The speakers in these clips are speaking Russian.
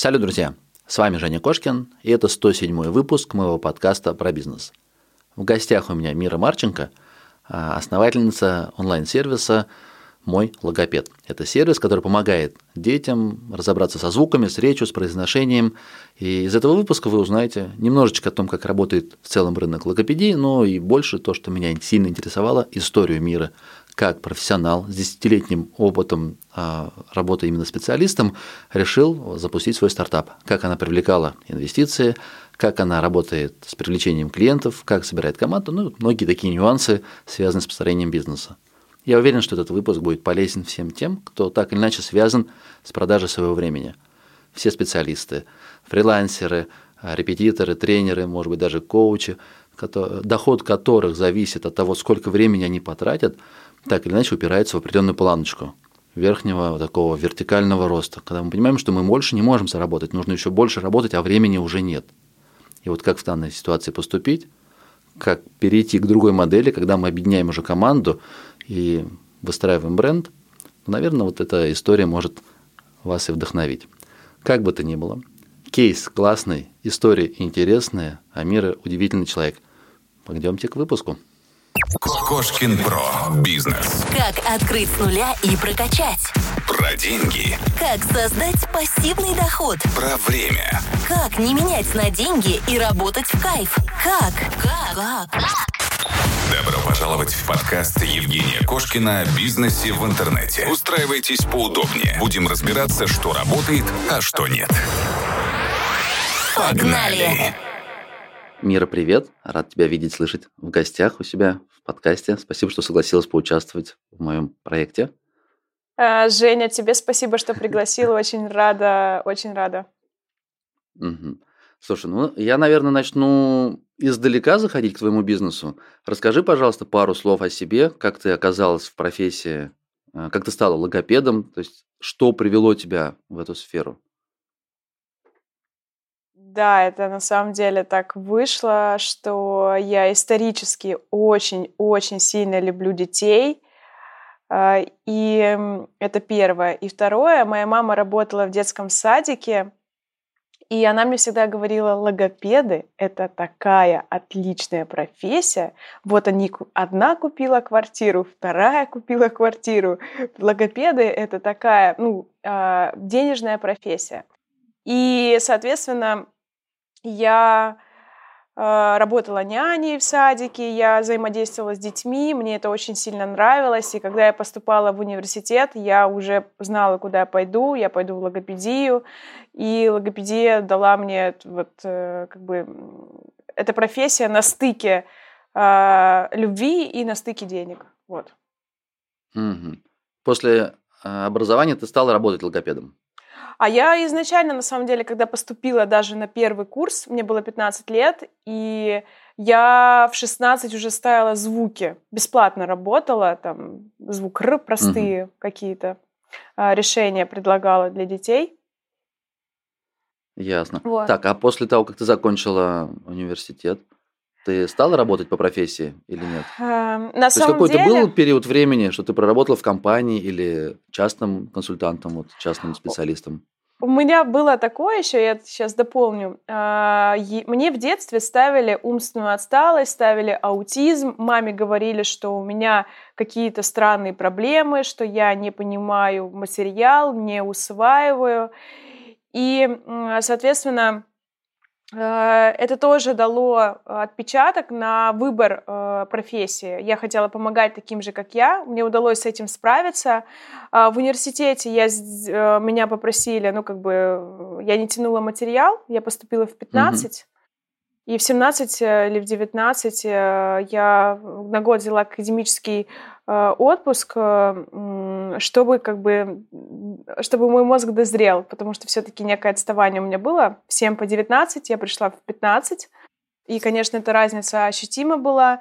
Салют, друзья! С вами Женя Кошкин, и это 107-й выпуск моего подкаста про бизнес. В гостях у меня Мира Марченко, основательница онлайн-сервиса «Мой логопед». Это сервис, который помогает детям разобраться со звуками, с речью, с произношением. И из этого выпуска вы узнаете немножечко о том, как работает в целом рынок логопедии, но и больше то, что меня сильно интересовало, историю Миры. Как профессионал с 10-летним опытом работы именно специалистом решил запустить свой стартап. Как она привлекала инвестиции, как она работает с привлечением клиентов, как собирает команду, многие такие нюансы, связанные с построением бизнеса. Я уверен, что этот выпуск будет полезен всем тем, кто так или иначе связан с продажей своего времени. Все специалисты, фрилансеры, репетиторы, тренеры, может быть, даже коучи, доход которых зависит от того, сколько времени они потратят, так или иначе упирается в определенную планочку верхнего такого вертикального роста, когда мы понимаем, что мы больше не можем заработать, нужно еще больше работать, а времени уже нет. И вот как в данной ситуации поступить, как перейти к другой модели, когда мы объединяем уже команду и выстраиваем бренд, наверное, вот эта история может вас и вдохновить. Как бы то ни было, кейс классный, история интересная, а Мира удивительный человек. Пойдемте к выпуску. Кошкин Про. Бизнес. Как открыть с нуля и прокачать. Про деньги. Как создать пассивный доход. Про время. Как не менять на деньги и работать в кайф. Как? Добро пожаловать в подкаст Евгения Кошкина о бизнесе в интернете. Устраивайтесь поудобнее. Будем разбираться, что работает, а что нет. Погнали! Мира, привет! Рад тебя видеть, слышать в гостях у себя в подкасте. Спасибо, что согласилась поучаствовать в моем проекте. Женя, тебе спасибо, что пригласила. Очень рада. Угу. Слушай, я, наверное, начну издалека заходить к твоему бизнесу. Расскажи, пожалуйста, пару слов о себе, как ты оказалась в профессии, как ты стала логопедом, то есть что привело тебя в эту сферу? Да, это на самом деле так вышло, что я исторически очень-очень сильно люблю детей. И это первое. И второе, моя мама работала в детском садике, и она мне всегда говорила: логопеды — это такая отличная профессия. Вот одна купила квартиру, вторая купила квартиру. Логопеды — это такая, денежная профессия. И, соответственно, я работала няней в садике, я взаимодействовала с детьми, мне это очень сильно нравилось. И когда я поступала в университет, я уже знала, куда я пойду в логопедию. И логопедия дала мне эта профессия на стыке любви и на стыке денег. Вот. Угу. После образования ты стала работать логопедом? А я изначально, на самом деле, когда поступила даже на первый курс, мне было 15 лет, и я в 16 уже ставила звуки, бесплатно работала, там звук «р» простые какие-то решения предлагала для детей. Ясно. Вот. Так, а после того, как ты закончила университет, ты стала работать по профессии или нет? На То есть самом какой-то деле... был период времени, что ты проработала в компании или частным консультантом, частным специалистом? У меня было такое еще, я сейчас дополню. Мне в детстве ставили умственную отсталость, ставили аутизм. Маме говорили, что у меня какие-то странные проблемы, что я не понимаю материал, не усваиваю. И, соответственно, это тоже дало отпечаток на выбор профессии. Я хотела помогать таким же, как я. Мне удалось с этим справиться. В университете меня попросили, я не тянула материал, я поступила в 15. И в 17 или в 19 я на год взяла академический отпуск, чтобы мой мозг дозрел, потому что все-таки некое отставание у меня было. В 7 по 19 я пришла в 15, и, конечно, эта разница ощутима была.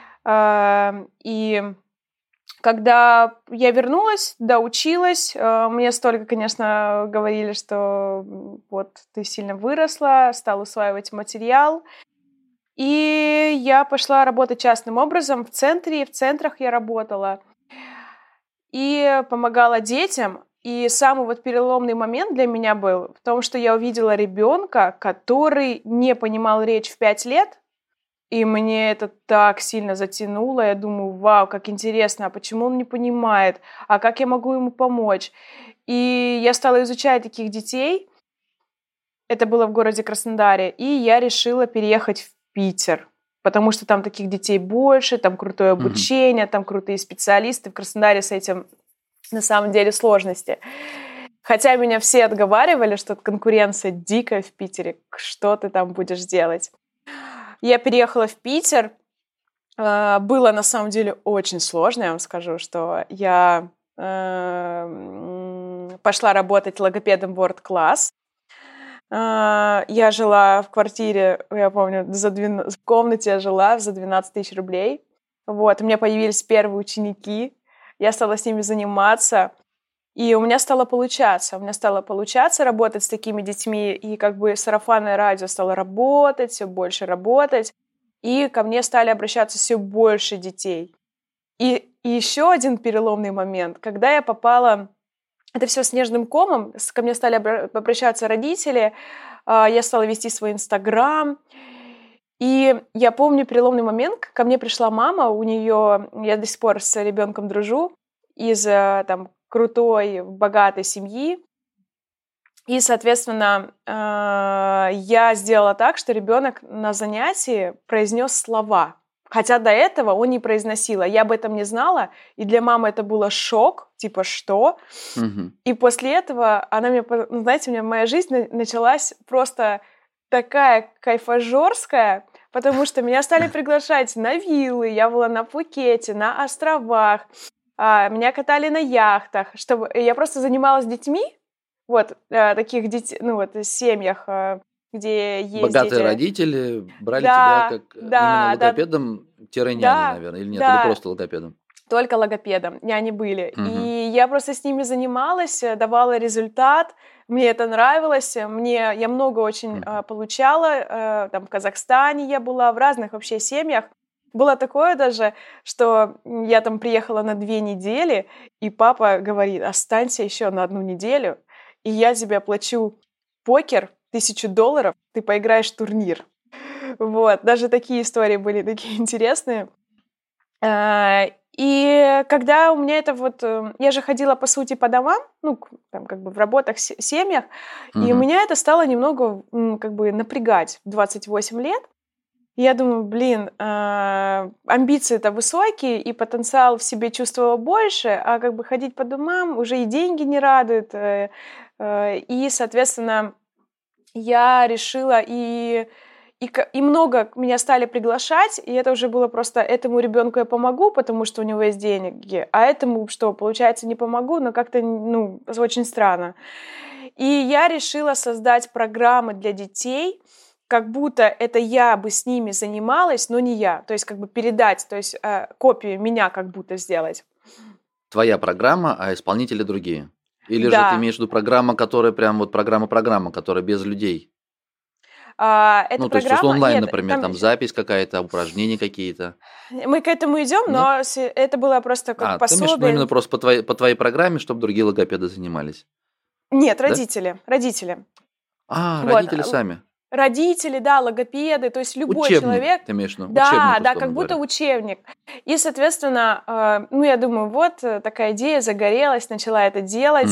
И когда я вернулась, доучилась, мне столько, конечно, говорили, что вот ты сильно выросла, стала усваивать материал. И я пошла работать частным образом в центрах я работала. И помогала детям. И самый вот переломный момент для меня был в том, что я увидела ребенка, который не понимал речь в 5 лет, и мне это так сильно затянуло. Я думаю, вау, как интересно, а почему он не понимает, а как я могу ему помочь? И я стала изучать таких детей. Это было в городе Краснодаре, и я решила переехать в Питер, потому что там таких детей больше, там крутое обучение, там крутые специалисты. В Краснодаре с этим на самом деле сложности. Хотя меня все отговаривали, что конкуренция дикая в Питере, что ты там будешь делать. Я переехала в Питер. Было на самом деле очень сложно, я вам скажу, что я пошла работать логопедом World Class. Я жила в квартире, я помню, в комнате я жила за 12 тысяч рублей. Вот, у меня появились первые ученики, я стала с ними заниматься, и у меня стало получаться. Работать с такими детьми, и как бы сарафанное радио стало работать, все больше работать, и ко мне стали обращаться все больше детей. И еще один переломный момент, когда я попала... Это все снежным комом. Ко мне стали обращаться родители. Я стала вести свой Инстаграм. И я помню переломный момент. Ко мне пришла мама. У нее... Я до сих пор с ребенком дружу. Из там, крутой, богатой семьи. И, соответственно, я сделала так, что ребенок на занятии произнес слова. Хотя до этого он не произносил. Я об этом не знала. И для мамы это было шок. Типа, что? И после этого она мне... Знаете, у меня моя жизнь началась просто такая кайфажорская, потому что меня стали приглашать на виллы. Я была на Пхукете, на островах. Меня катали на яхтах. Я просто занималась детьми. Вот, таких детей, ну вот, в семьях, где есть Богатые дети. родители брали тебя как именно логопедом-няней, наверное, или нет, или просто логопедом? Только логопедом, няни были. И я просто с ними занималась, давала результат, мне это нравилось, я много очень получала, там в Казахстане я была, в разных вообще семьях. Было такое даже, что я там приехала на 2 недели, и папа говорит, останься еще на 1 неделю, и я тебе оплачу покер, $1000, ты поиграешь в турнир. Вот, даже такие истории были такие интересные. И когда у меня это вот... Я же ходила, по сути, по домам, ну, там, как бы в работах, семьях, и у меня это стало немного, как бы, напрягать в 28 лет. И я думаю, блин, амбиции-то высокие, и потенциал в себе чувствовала больше, а как бы ходить по домам уже и деньги не радуют. И, соответственно, я решила, и много меня стали приглашать, и это уже было просто этому ребенку я помогу, потому что у него есть деньги, а этому что, получается, не помогу, но как-то, ну, очень странно. И я решила создать программы для детей, как будто это я бы с ними занималась, но не я. То есть как бы передать, то есть копию меня как будто сделать. Твоя программа, а исполнители другие? Или же ты имеешь в виду программа, которая прям вот программа, которая без людей? Это то есть онлайн, например, там запись какая-то, упражнения какие-то. Мы к этому идем, но это было просто как пособие. Ты имеешь именно просто по твоей программе, чтобы другие логопеды занимались? Нет, родители. Родители сами. Родители, да, логопеды, то есть любой учебник, человек. Ты имеешь в виду? Да, как будто учебник. И, соответственно, я думаю, вот такая идея загорелась, начала это делать.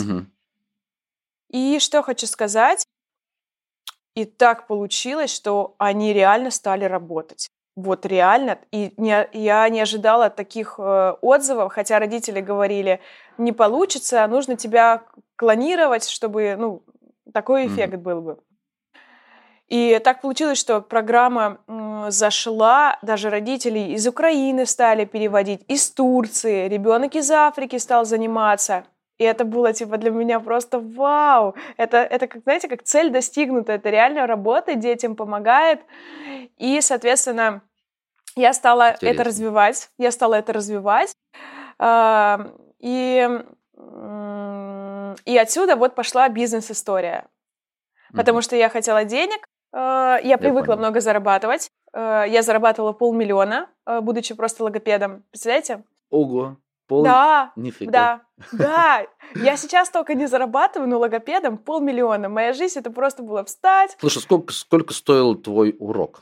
И что хочу сказать, и так получилось, что они реально стали работать. Вот реально. И я не ожидала таких отзывов, хотя родители говорили, не получится, нужно тебя клонировать, чтобы, такой эффект был бы. И так получилось, что программа зашла, даже родители из Украины стали переводить, из Турции, ребенок из Африки стал заниматься. И это было, для меня просто вау! Это как, знаете, как цель достигнута, это реально работает, детям помогает. И, соответственно, я стала это развивать. И отсюда вот пошла бизнес-история. Потому что я хотела денег, я привыкла много зарабатывать. Я зарабатывала $500 000, будучи просто логопедом. Представляете? Ого! Да, Нифига. да, да. Я сейчас только не зарабатываю, но логопедом 500 000. Моя жизнь это просто было встать. Слушай, сколько стоил твой урок?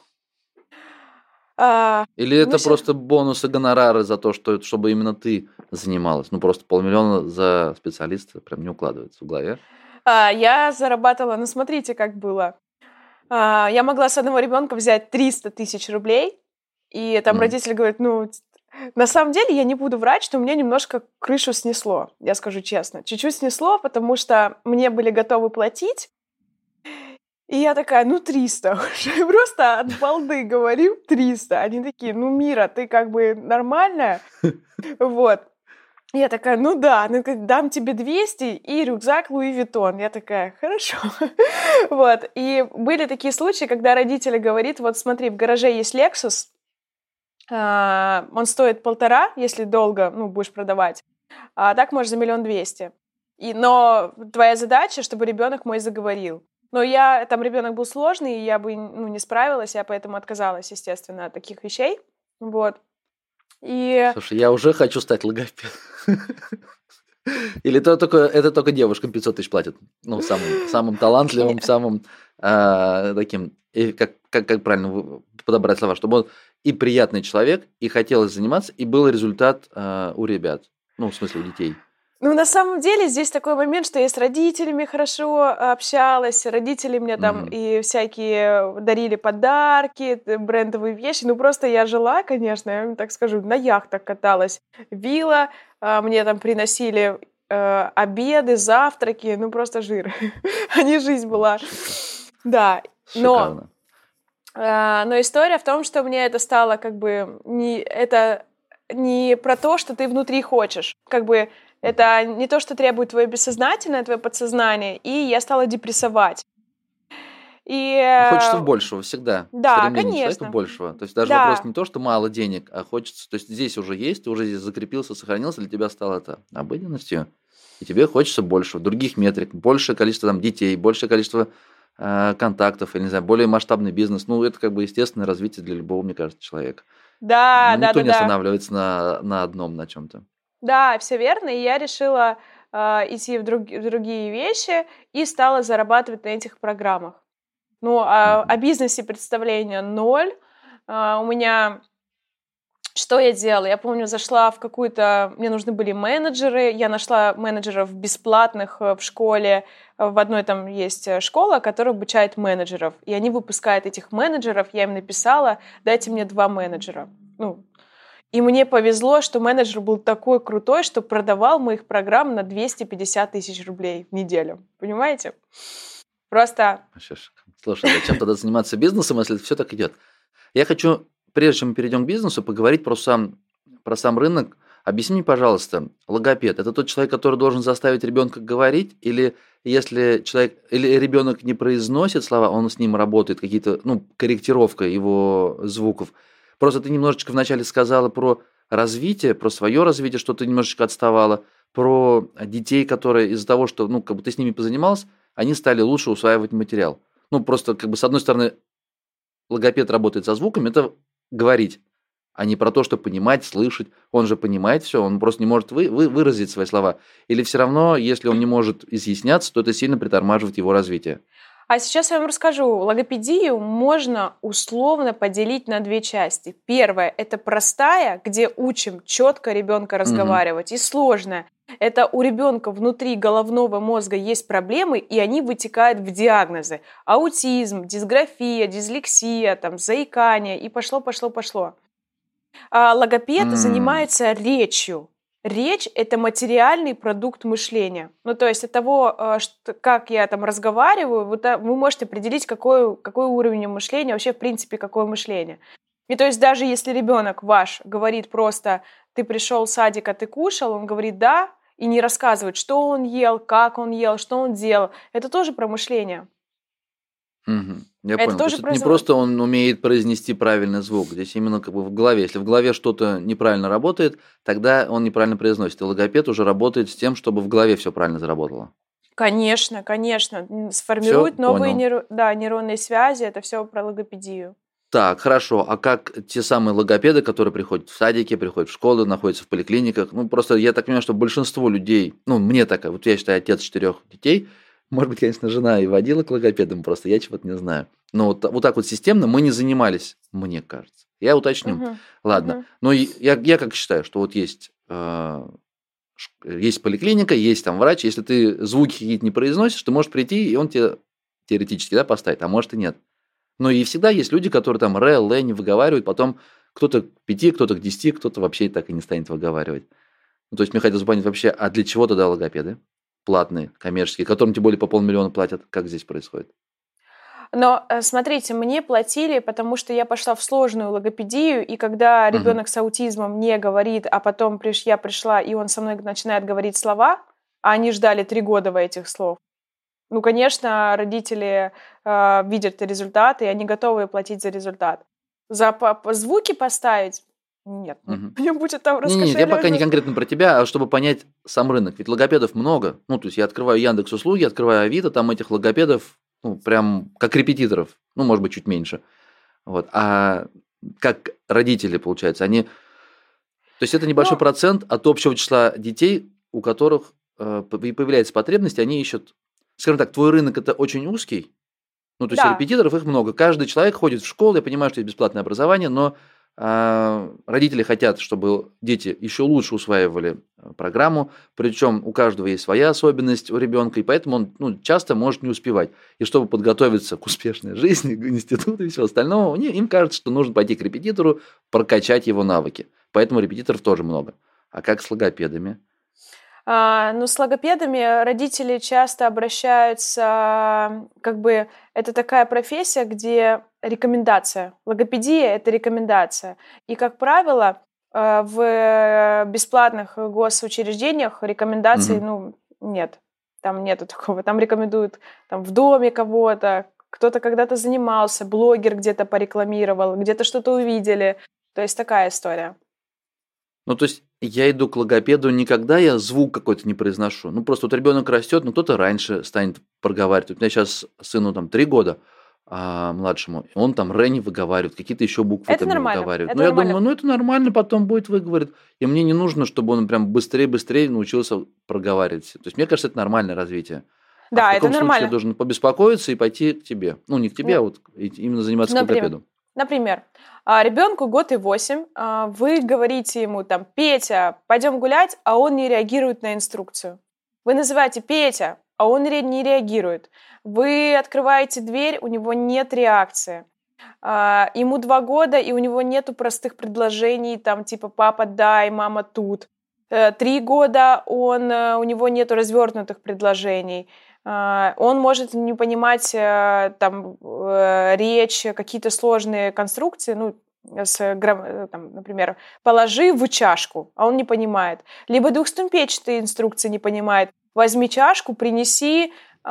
Или Ну, это просто бонусы, гонорары за то, чтобы именно ты занималась? Ну, просто 500 000 за специалиста прям не укладывается в голове. Я зарабатывала, ну, смотрите, как было. Я могла с одного ребенка взять 300 000 рублей, и там родители говорят, ну, на самом деле я не буду врать, что мне немножко крышу снесло, я скажу честно. Чуть-чуть снесло, потому что мне были готовы платить, и я такая, ну, 300 уже, просто от балды говорю, 300. Они такие, ну, Мира, ты как бы нормальная? Вот. Я такая, ну да, дам тебе 200 и рюкзак Луи Виттон. Я такая, хорошо. Вот. И были такие случаи, когда родители говорят, вот смотри, в гараже есть Lexus, он стоит 1,5, если долго, ну, будешь продавать, а так можешь за 1 200 000. Но твоя задача, чтобы ребенок мой заговорил. Но там ребенок был сложный, и я бы, ну, не справилась, я поэтому отказалась, естественно, от таких вещей. Вот. Слушай, я уже хочу стать логопедом. Или это только девушкам 500 000 платят? Ну, самым талантливым, самым таким, как правильно подобрать слова, чтобы он и приятный человек, и хотелось заниматься, и был результат у ребят, ну, в смысле, у детей. Ну, на самом деле, здесь такой момент, что я с родителями хорошо общалась, родители мне там и всякие дарили подарки, брендовые вещи. Ну, просто я жила, конечно, я вам так скажу, на яхтах каталась, вилла, мне там приносили обеды, завтраки, ну, просто жир. А не жизнь была. Да, Шикарно. но история в том, что мне это стало как бы это не про то, что ты внутри хочешь, как бы это не то, что требует твое бессознательное, твое подсознание, и я стала депрессовать. Хочется большего всегда. Да, Стремление конечно. человека большего. То есть даже вопрос не то, что мало денег, а хочется... То есть здесь уже есть, ты уже здесь закрепился, сохранился, для тебя стало это обыденностью, и тебе хочется большего, других метрик, большее количество там детей, большее количество контактов, или, не знаю, более масштабный бизнес. Ну, это как бы естественное развитие для любого, мне кажется, человека. Да, никто не останавливается на одном, на чем-то. Да, все верно, и я решила идти в другие вещи и стала зарабатывать на этих программах. Ну, о бизнесе представления 0. У меня... Что я делала? Я помню, зашла в какую-то... Мне нужны были менеджеры. Я нашла менеджеров бесплатных в школе. В одной там есть школа, которая обучает менеджеров. И они выпускают этих менеджеров. Я им написала, дайте мне 2 менеджера. Ну, и мне повезло, что менеджер был такой крутой, что продавал моих программ на 250 000 рублей в неделю. Понимаете? Просто... Слушай, зачем тогда заниматься бизнесом, если все так идет? Я хочу, прежде чем мы перейдем к бизнесу, поговорить про сам рынок. Объясни мне, пожалуйста, логопед – это тот человек, который должен заставить ребенка говорить, или если ребенок не произносит слова, он с ним работает, какие-то, корректировка его звуков. Просто ты немножечко вначале сказала про развитие, про свое развитие, что ты немножечко отставала, про детей, которые из-за того, что ты с ними позанималась, они стали лучше усваивать материал. Просто с одной стороны, логопед работает со звуками, это говорить, а не про то, что понимать, слышать. Он же понимает все, он просто не может выразить свои слова. Или все равно, если он не может изъясняться, то это сильно притормаживает его развитие. А сейчас я вам расскажу. Логопедию можно условно поделить на 2 части. Первая – это простая, где учим четко ребенка разговаривать, и сложная. Это у ребенка внутри головного мозга есть проблемы, и они вытекают в диагнозы. Аутизм, дисграфия, дислексия, заикание, и пошло. А логопед занимается речью. Речь – это материальный продукт мышления. То есть от того, как я разговариваю, вы можете определить, какой уровень мышления, вообще, в принципе, какое мышление. И то есть даже если ребенок ваш говорит просто «ты пришел в садик, а ты кушал», он говорит «да», и не рассказывает, что он ел, как он ел, что он делал. Это тоже про мышление. Я понял. То есть это не просто он умеет произнести правильный звук, здесь именно в голове. Если в голове что-то неправильно работает, тогда он неправильно произносит. И логопед уже работает с тем, чтобы в голове все правильно заработало. Конечно. Сформирует новые нейронные связи. Это все про логопедию. Так, хорошо. А как те самые логопеды, которые приходят в садики, приходят в школы, находятся в поликлиниках? Ну, просто я так понимаю, что большинство людей, ну, мне так, вот я считаю, отец 4 детей, может быть, конечно, жена и водила к логопедам, просто я чего-то не знаю. Но вот так вот системно мы не занимались, мне кажется. Я уточню. Мгм. Ладно. Мгм. Но я как считаю, что вот есть поликлиника, есть там врач, если ты звуки какие-то не произносишь, ты можешь прийти, и он тебе теоретически, да, поставит, а может и нет. Но и всегда есть люди, которые там не выговаривают, потом кто-то к 5, кто-то к 10, кто-то вообще так и не станет выговаривать. Ну, то есть мне хотелось бы понять вообще, а для чего тогда логопеды? Платные, коммерческие, которым тем более по 500 000 платят. Как здесь происходит? Но смотрите, мне платили, потому что я пошла в сложную логопедию, и когда Мгм. ребенок с аутизмом не говорит, а потом я пришла, и он со мной начинает говорить слова, а они ждали 3 года этих слов. Ну, конечно, родители видят результат, и они готовы платить за результат. За звуки поставить? Нет, Мгм. мне будет там Не, я пока не раскошеливаться. конкретно про тебя, а чтобы понять сам рынок. Ведь логопедов много. Ну, то есть я открываю Яндекс.Услуги, открываю Авито, там этих логопедов, ну, прям как репетиторов. Ну, может быть, чуть меньше. Вот. А как родители, получается, они... То есть это небольшой Ну, процент от общего числа детей, у которых появляется потребность, они ищут... Скажем так, твой рынок это очень узкий. Ну, то есть да. репетиторов их много. Каждый человек ходит в школу, я понимаю, что есть бесплатное образование, но родители хотят, чтобы дети еще лучше усваивали программу, причем у каждого есть своя особенность у ребенка, и поэтому он часто может не успевать. И чтобы подготовиться к успешной жизни, к институту и всего остального, им кажется, что нужно пойти к репетитору, прокачать его навыки. Поэтому репетиторов тоже много. А как с логопедами? Ну, с логопедами родители часто обращаются, как бы, это такая профессия, где рекомендация. Логопедия – это рекомендация. И, как правило, в бесплатных госучреждениях рекомендаций, Мгм. нет. Там нету такого. Там рекомендуют в доме кого-то, кто-то когда-то занимался, блогер где-то порекламировал, где-то что-то увидели. То есть такая история. Ну, то есть я иду к логопеду не когда я звук какой-то не произношу. Ну, просто вот ребенок растет, но кто-то раньше станет проговаривать. Вот у меня сейчас сыну там 3 года, младшему, и он там не выговаривает, какие-то еще буквы Это там не нормально. выговаривает. Это Но я нормально. думаю, это нормально, потом будет выговорит. И мне не нужно, чтобы он прям быстрее научился проговаривать. То есть мне кажется, это нормальное развитие. А в Да, это каком случае я нормально. должен побеспокоиться и пойти к тебе? Ну, не к тебе, а Ну, вот именно заниматься к например, логопеду. например, ребенку 1 год и 8, вы говорите ему Петя, пойдем гулять, а он не реагирует на инструкцию. Вы называете Петя, а он не реагирует. Вы открываете дверь, у него нет реакции. Ему 2 года, и у него нету простых предложений, типа «папа, дай, мама тут». 3 года у него нету развернутых предложений. Он может не понимать речь, какие-то сложные конструкции, например, «положи в чашку», а он не понимает. Либо двухступенчатые инструкции не понимает. «Возьми чашку, принеси»,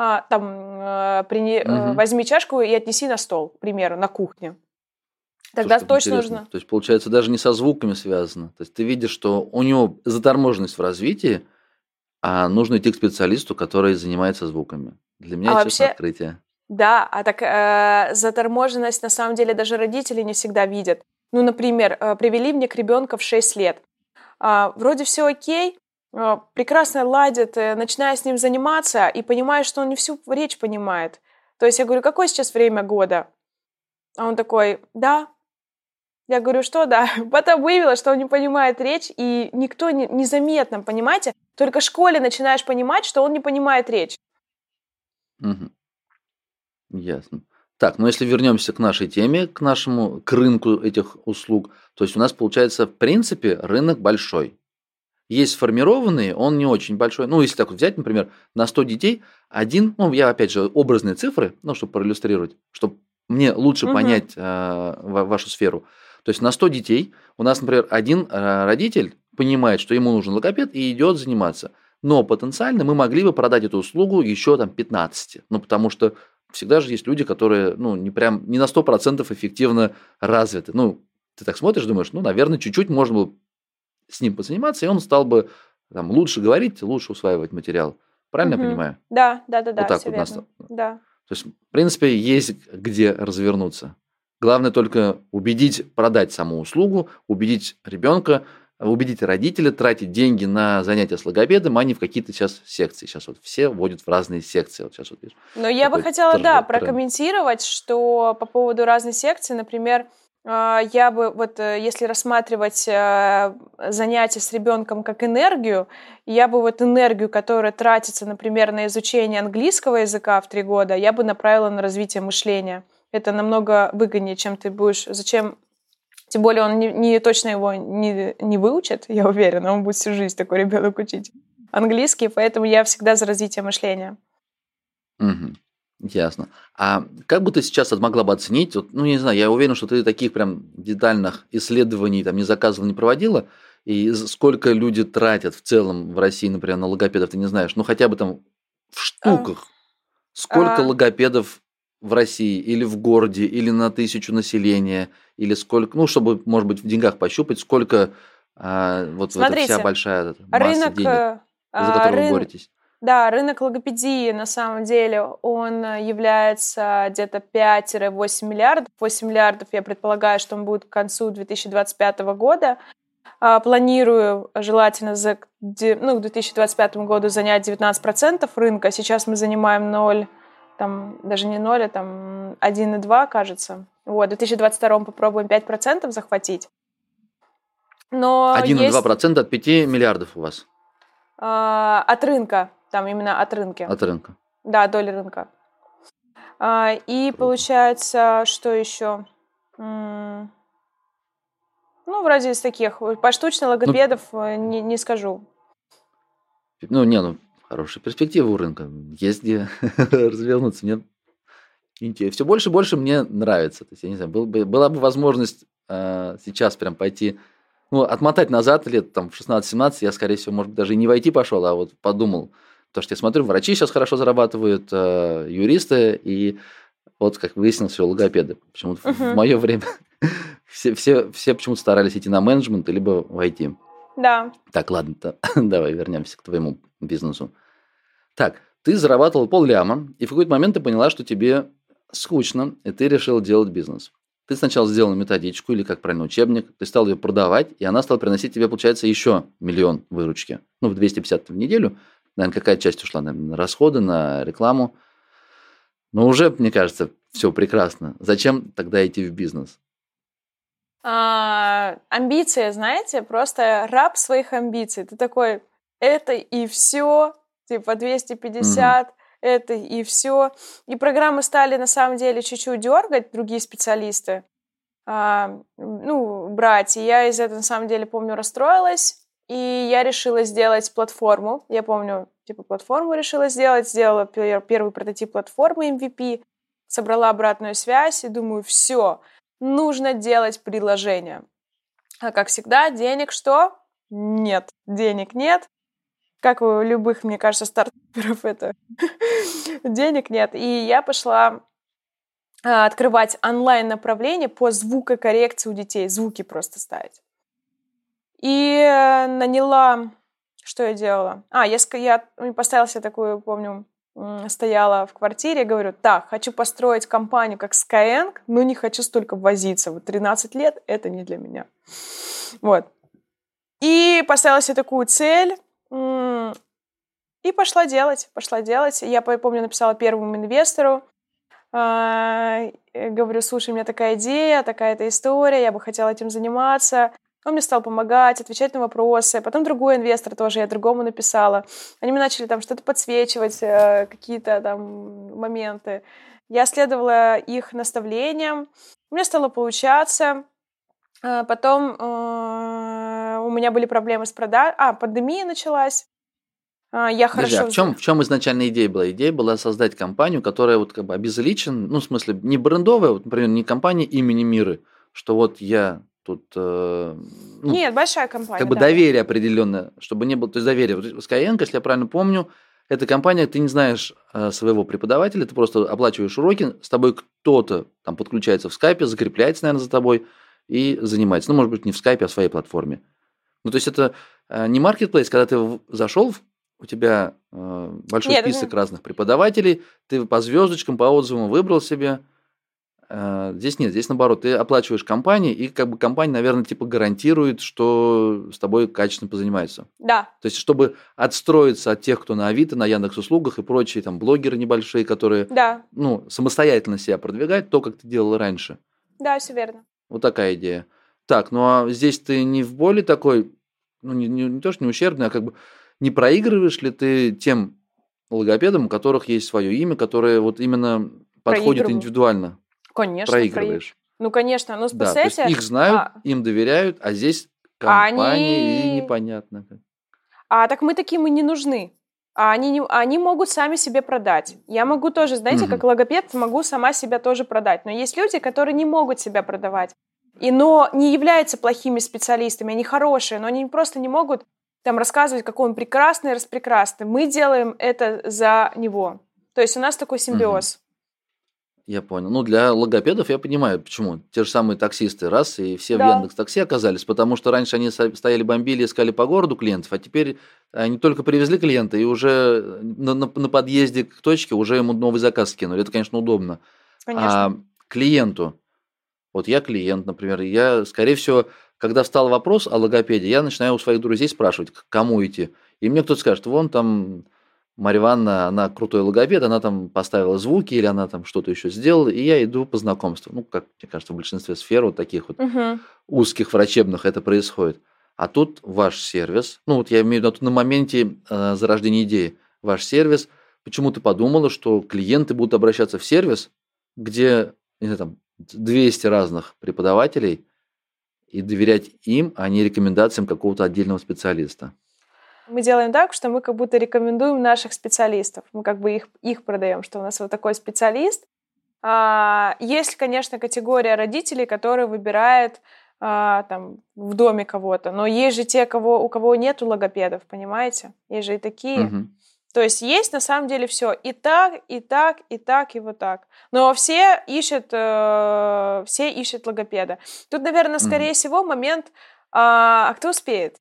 Мгм. возьми чашку и отнеси на стол, к примеру, на кухню. Тогда Слушай, как точно интересно. нужно. То есть, получается, даже не со звуками связано. То есть ты видишь, что у него заторможенность в развитии, а нужно идти к специалисту, который занимается звуками. Для меня А это, честно, вообще, открытие. да, заторможенность на самом деле даже родители не всегда видят. Ну, например, привели мне к ребенка в 6 лет. Вроде все окей, прекрасно ладит, начинаю с ним заниматься и понимаю, что он не всю речь понимает. То есть я говорю, какое сейчас время года? А он такой, да. Я говорю, что да? Потом выявила, что он не понимает речь, и никто незаметно, понимаете? Только в школе начинаешь понимать, что он не понимает речь. Мгм. Ясно. Так, ну если вернемся к нашей теме, к рынку этих услуг, то есть у нас получается, в принципе, рынок большой. Есть сформированные, он не очень большой. Ну, если так вот взять, например, на 100 детей, я опять же образные цифры, чтобы проиллюстрировать, чтобы мне лучше Мгм. понять вашу сферу. То есть на 100 детей у нас, например, один родитель понимает, что ему нужен логопед и идет заниматься. Но потенциально мы могли бы продать эту услугу еще 15. Ну, потому что всегда же есть люди, которые не на 100% эффективно развиты. Ну, ты так смотришь, думаешь, наверное, чуть-чуть можно было с ним позаниматься, и он стал бы лучше говорить, лучше усваивать материал. Правильно я Мгм. понимаю? Да, Вот так все вот нас. верно. То Да. есть, в принципе, есть где развернуться. Главное только продать саму услугу, убедить ребенка, убедить родителя тратить деньги на занятия с логопедом, а не в какие-то сейчас секции. Сейчас вот все вводят в разные секции. Вот сейчас вот вижу. Но я бы хотела, прокомментировать, что по поводу разных секций, например, я бы, если рассматривать занятия с ребенком как энергию, я бы энергию, которая тратится, например, на изучение английского языка в 3 года, я бы направила на развитие мышления. Это намного выгоднее, чем ты будешь... Зачем? Тем более он точно его не выучит, я уверена, он будет всю жизнь такой ребенок учить английский, поэтому я всегда за развитие мышления. Угу. Ясно. А как бы ты сейчас могла бы оценить, не знаю, я уверен, что ты таких прям детальных исследований не заказывала, не проводила, и сколько люди тратят в целом в России, например, на логопедов, ты не знаешь, хотя бы там в штуках, сколько логопедов в России или в городе, или на 1000 населения, или сколько, чтобы, может быть, в деньгах пощупать, сколько эта вся большая масса денег, за которую вы боретесь. Да, рынок логопедии, на самом деле, он является где-то 5-8 миллиардов. 8 миллиардов, я предполагаю, что он будет к концу 2025 года. Планирую желательно к 2025 году занять 19% рынка. Сейчас мы занимаем 0, даже не 0, 1,2, кажется. В 2022 попробуем 5% захватить. 1,2% от 5 миллиардов у вас? От рынка. Именно от рынка. От рынка. Да, доли рынка. И получается, что еще? Вроде из таких. Поштучно логопедов не скажу. Хорошая перспектива у рынка. Есть где развернуться. Мне все больше и больше мне нравится. То есть, я не знаю, была бы возможность сейчас прям пойти, отмотать назад лет в 16-17, я, скорее всего, может быть, даже и не в IT пошел, а подумал. Потому что я смотрю, врачи сейчас хорошо зарабатывают, юристы, и как выяснилось, все логопеды. Почему-то в мое время все почему-то старались идти на менеджмент, либо в IT. Да. Так, ладно, давай вернемся к твоему бизнесу. Так, ты зарабатывала 500 000, и в какой-то момент ты поняла, что тебе скучно, и ты решила делать бизнес. Ты сначала сделала методичку, или, как правильно, учебник, ты стал ее продавать, и она стала приносить тебе, получается, еще 1 000 000 выручки. В 250 в неделю. Наверное, какая часть ушла, на расходы, на рекламу. Но уже, мне кажется, все прекрасно. Зачем тогда идти в бизнес? Амбиции, знаете, просто раб своих амбиций. Ты такой, это и все, 250, это и все. И программы стали, на самом деле, чуть-чуть дергать, другие специалисты, брать. И я из этого, на самом деле, помню, расстроилась. И я решила сделать платформу. Я помню, платформу решила сделать. Сделала первый прототип платформы MVP. Собрала обратную связь и думаю, все, нужно делать приложение. А как всегда, денег что? Нет. Денег нет. Как у любых, мне кажется, стартаперов это. Денег нет. И я пошла открывать онлайн-направление по звукокоррекции у детей. Звуки просто ставить. И наняла... Что я делала? Я поставила себе такую, помню, стояла в квартире, говорю, хочу построить компанию как Skyeng, но не хочу столько возиться. 13 лет – это не для меня. И поставила себе такую цель, и пошла делать. Я, помню, написала первому инвестору, говорю, слушай, у меня такая идея, такая-то история, я бы хотела этим заниматься. Он мне стал помогать, отвечать на вопросы. Потом другой инвестор тоже, я другому написала. Они мне начали что-то подсвечивать, какие-то моменты. Я следовала их наставлениям. У меня стало получаться. Потом у меня были проблемы с продажей. Пандемия началась. Подожди, в чем изначально идея была? Идея была создать компанию, которая обезличена, в смысле, не брендовая, например, не компания имени Миры, что я... Тут нет, большая компания. Доверие определенное, чтобы не было, то есть доверие. Skyeng, если я правильно помню, это компания, ты не знаешь своего преподавателя, ты просто оплачиваешь уроки, с тобой кто-то подключается в скайпе, закрепляется, наверное, за тобой и занимается. Может быть, не в скайпе, а в своей платформе. То есть это не маркетплейс, когда ты зашел, у тебя большой список разных преподавателей, ты по звездочкам, по отзывам выбрал себе. Здесь нет, здесь наоборот, ты оплачиваешь компании, и как бы компания, наверное, типа гарантирует, что с тобой качественно позанимаются. Да. То есть, чтобы отстроиться от тех, кто на Авито, на Яндекс.Услугах и прочие там блогеры небольшие, которые Да. Самостоятельно себя продвигают, то, как ты делала раньше. Да, все верно. Вот такая идея. Так, ну а здесь ты не в боли такой, не то, что не ущербный, а как бы не проигрываешь ли ты тем логопедам, у которых есть свое имя, которые вот именно подходят индивидуально? Конечно. Проигрываешь. Ну, конечно. Ну, Да, то есть их знают, им доверяют, а здесь компания и непонятно. Так мы таким и не нужны. Они могут сами себе продать. Я могу тоже, знаете, как логопед, могу сама себя тоже продать. Но есть люди, которые не могут себя продавать. Но не являются плохими специалистами, они хорошие, но они просто не могут там рассказывать, какой он прекрасный, распрекрасный. Мы делаем это за него. То есть у нас такой симбиоз. Я понял. Ну, для логопедов я понимаю, почему. Те же самые таксисты, и все в Яндекс.Такси оказались, потому что раньше они стояли, бомбили, искали по городу клиентов, а теперь они только привезли клиента, и уже на подъезде к точке уже ему новый заказ скинули. Это, конечно, удобно. Конечно. А клиенту, вот я клиент, например, я, скорее всего, когда встал вопрос о логопеде, я начинаю у своих друзей спрашивать, к кому идти. И мне кто-то скажет, вон там Марья Ивановна, она крутой логопед, она там поставила звуки или она там что-то еще сделала, и я иду по знакомству. Ну, как мне кажется, в большинстве сфер вот таких вот узких врачебных это происходит. А тут ваш сервис, ну вот я имею в виду на моменте зарождения идеи, ваш сервис, почему ты подумала, что клиенты будут обращаться в сервис, где, не знаю, там 200 разных преподавателей, и доверять им, а не рекомендациям какого-то отдельного специалиста? Мы делаем так, что мы как будто рекомендуем наших специалистов. Мы как бы их продаем, что у нас вот такой специалист. Есть, конечно, категория родителей, которые выбирают там, в доме кого-то. Но есть же те, у кого нету логопедов, понимаете? Есть же и такие. То есть есть на самом деле все и так, и так, и так, и вот так. Но все ищут логопеда. Тут, наверное, скорее всего момент, кто успеет?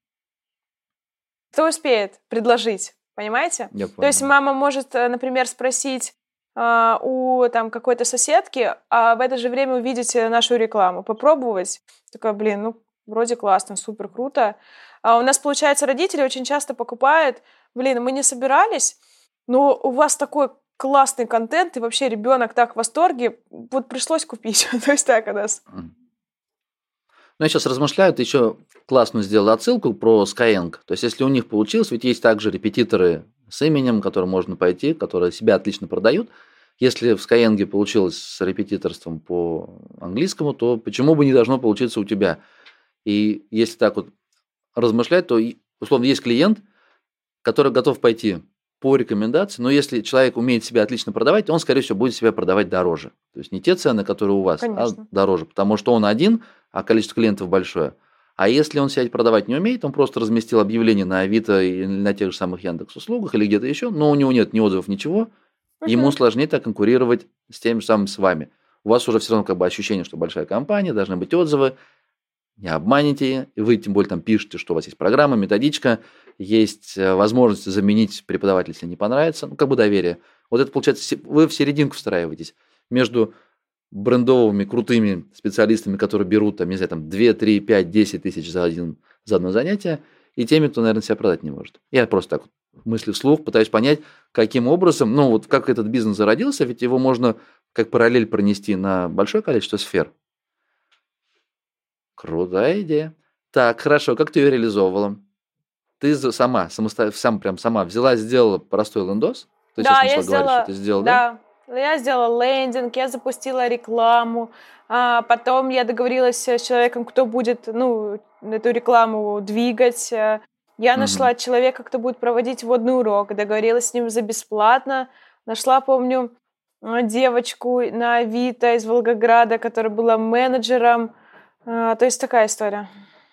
Кто успеет предложить, понимаете? Я понял. То есть мама может, например, спросить у там, какой-то соседки, а в это же время увидеть нашу рекламу, попробовать. Такая, вроде классно, супер круто. А у нас, получается, родители очень часто покупают, мы не собирались, но у вас такой классный контент, и вообще ребенок так в восторге, вот пришлось купить. То есть так у нас. Ну, я сейчас размышляю, ты еще классную сделал отсылку про Skyeng. То есть, если у них получилось, ведь есть также репетиторы с именем, к которым можно пойти, которые себя отлично продают. Если в Skyeng получилось с репетиторством по английскому, то почему бы не должно получиться у тебя? И если так вот размышлять, то, условно, есть клиент, который готов пойти по рекомендации, но если человек умеет себя отлично продавать, он, скорее всего, будет себя продавать дороже. То есть не те цены, которые у вас, Конечно. а дороже, потому что он один, а количество клиентов большое. А если он себя продавать не умеет, он просто разместил объявление на Авито или на тех же самых Яндекс.Услугах или где-то еще, но у него нет ни отзывов, ничего, ему сложнее так конкурировать с тем же самым с вами. У вас уже все равно как бы ощущение, что большая компания, должны быть отзывы, не обманете, и вы тем более там пишете, что у вас есть программа, методичка, есть возможность заменить преподавателя, если не понравится, как бы доверие. Вот это получается, вы в серединку встраиваетесь между брендовыми, крутыми специалистами, которые берут, там, не знаю, там 2, 3, 5, 10 тысяч за одно занятие, и теми, кто, наверное, себя продать не может. Я просто так вот мыслю вслух, пытаюсь понять, каким образом, вот как этот бизнес зародился, ведь его можно как параллель пронести на большое количество сфер. Крутая идея. Так, хорошо, как ты ее реализовывала? Ты сама взяла, сделала простой лендос? Ты Да, сейчас начала говорить, что ты сделала, да? Да, я сделала лендинг, я запустила рекламу, потом я договорилась с человеком, кто будет, эту рекламу двигать. Я нашла человека, кто будет проводить вводный урок, договорилась с ним за бесплатно. Нашла, помню, девочку на Авито из Волгограда, которая была менеджером. То есть такая история.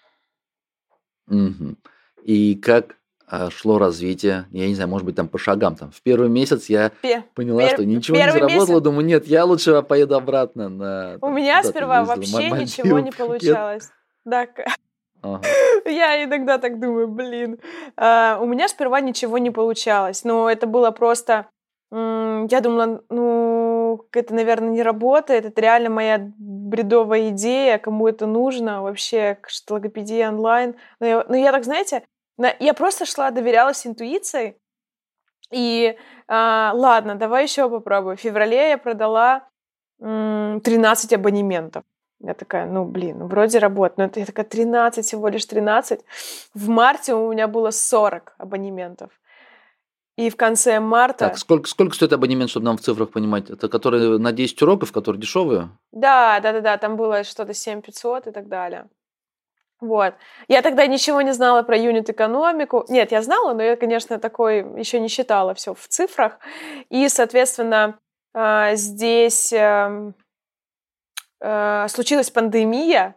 И как шло развитие? Я не знаю, может быть, там по шагам. Там, в первый месяц я поняла, что ничего не заработало. Думаю, нет, я лучше поеду обратно. У меня сперва вообще ничего не получалось. Да. Я иногда так думаю, у меня сперва ничего не получалось. Но это было просто Я думала, это, наверное, не работает, это реально моя бредовая идея, кому это нужно вообще, что логопедия онлайн. Но я так, знаете, я просто шла, доверялась интуиции, и ладно, давай еще попробую. В феврале я продала 13 абонементов. Я такая, вроде работает. Но я такая, 13, всего лишь 13. В марте у меня было 40 абонементов. И в конце марта... Так, сколько стоит абонемент, чтобы нам в цифрах понимать? Это которые на 10 уроков, которые дешевые? Да, там было что-то 7500 и так далее. Вот. Я тогда ничего не знала про юнит-экономику. Нет, я знала, но я, конечно, такой еще не считала все в цифрах. И, соответственно, здесь случилась пандемия,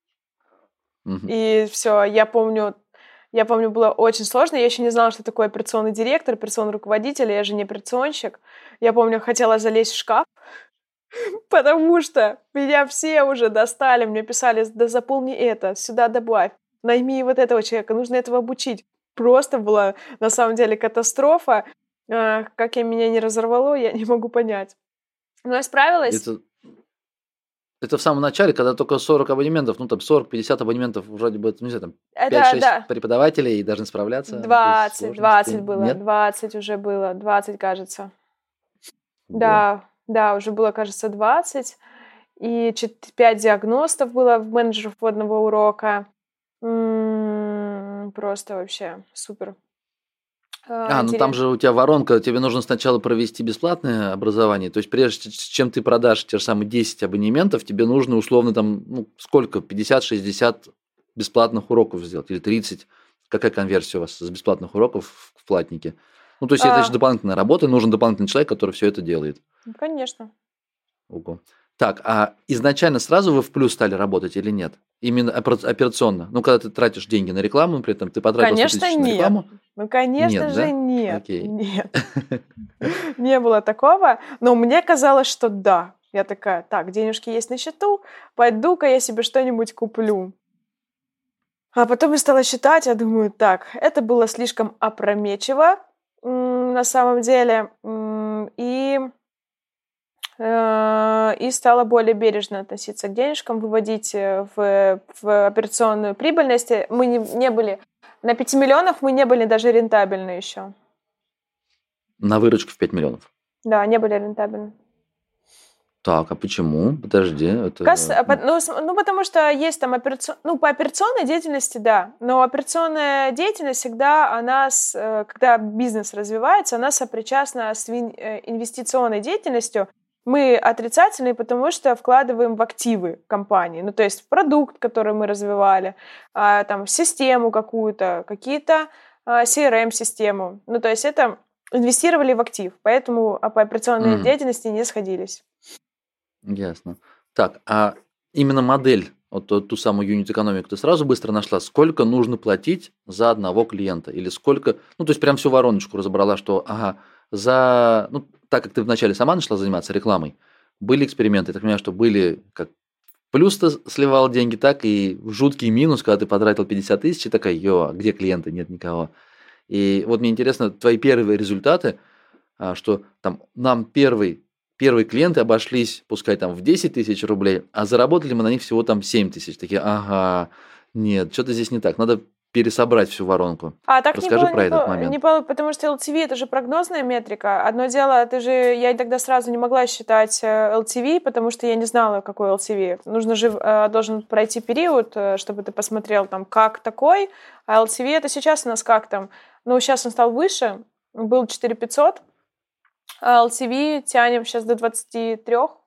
и все, я помню, было очень сложно. Я еще не знала, что такое операционный директор, операционный руководитель. Я же не операционщик. Я помню, хотела залезть в шкаф, потому что меня все уже достали. Мне писали, да заполни это, сюда добавь, найми вот этого человека, нужно этого обучить. Просто была, на самом деле, катастрофа. Как меня не разорвало, я не могу понять. Но я справилась. Это в самом начале, когда только 40 абонементов, 40-50 абонементов, вроде бы, 5-6 преподавателей и должны справляться. 20 было, нет? 20 уже было, 20, кажется. Да, уже было, кажется, 20. И 5 диагностов было в менеджеров вводного урока. Просто вообще супер. Там же у тебя воронка, тебе нужно сначала провести бесплатное образование, то есть прежде чем ты продашь те же самые 10 абонементов, тебе нужно условно сколько, 50-60 бесплатных уроков сделать, или 30, какая конверсия у вас с бесплатных уроков в платнике? То есть это еще дополнительная работа, нужен дополнительный человек, который все это делает. Конечно. Ого. Так, а изначально сразу вы в плюс стали работать или нет? Именно операционно? Когда ты тратишь деньги на рекламу, при этом ты потратил 100 000 на рекламу? Конечно же нет. Окей. Нет. Не было такого, но мне казалось, что да. Я такая, так, денежки есть на счету, пойду-ка я себе что-нибудь куплю. А потом я стала считать, я думаю, так, это было слишком опрометчиво на самом деле, и стала более бережно относиться к денежкам, выводить в операционную прибыльность. Мы не были... На 5 миллионов мы не были даже рентабельны еще. На выручку в 5 миллионов? Да, не были рентабельны. Так, а почему? Подожди. Потому что есть там по операционной деятельности, да. Но операционная деятельность всегда, когда бизнес развивается, она сопричастна с инвестиционной деятельностью. Мы отрицательные, потому что вкладываем в активы компании. То есть в продукт, который мы развивали, в систему какую-то, какие-то CRM-систему. То есть это инвестировали в актив. Поэтому по операционной деятельности не сходились. Ясно. Так, а именно модель, ту самую юнит-экономику ты сразу быстро нашла? Сколько нужно платить за одного клиента? Или сколько... то есть прям всю вороночку разобрала, что, так как ты вначале сама начала заниматься рекламой, были эксперименты, я так понимаю, что были как плюс ты сливал деньги, так и в жуткий минус, когда ты потратил 50 000, и такая, а где клиенты? Нет никого. И вот мне интересно, твои первые результаты, что там нам первые клиенты обошлись, пускай там в 10 000 рублей, а заработали мы на них всего там 7 000. Такие, нет, что-то здесь не так, надо пересобрать всю воронку. Расскажи про этот момент. Потому что LTV – это же прогнозная метрика. Одно дело, я тогда сразу не могла считать LTV, потому что я не знала, какой LTV. Нужно же, должен пройти период, чтобы ты посмотрел, как такой. А LTV – это сейчас у нас как там? Сейчас он стал выше, был 4500, а LTV тянем сейчас до 23.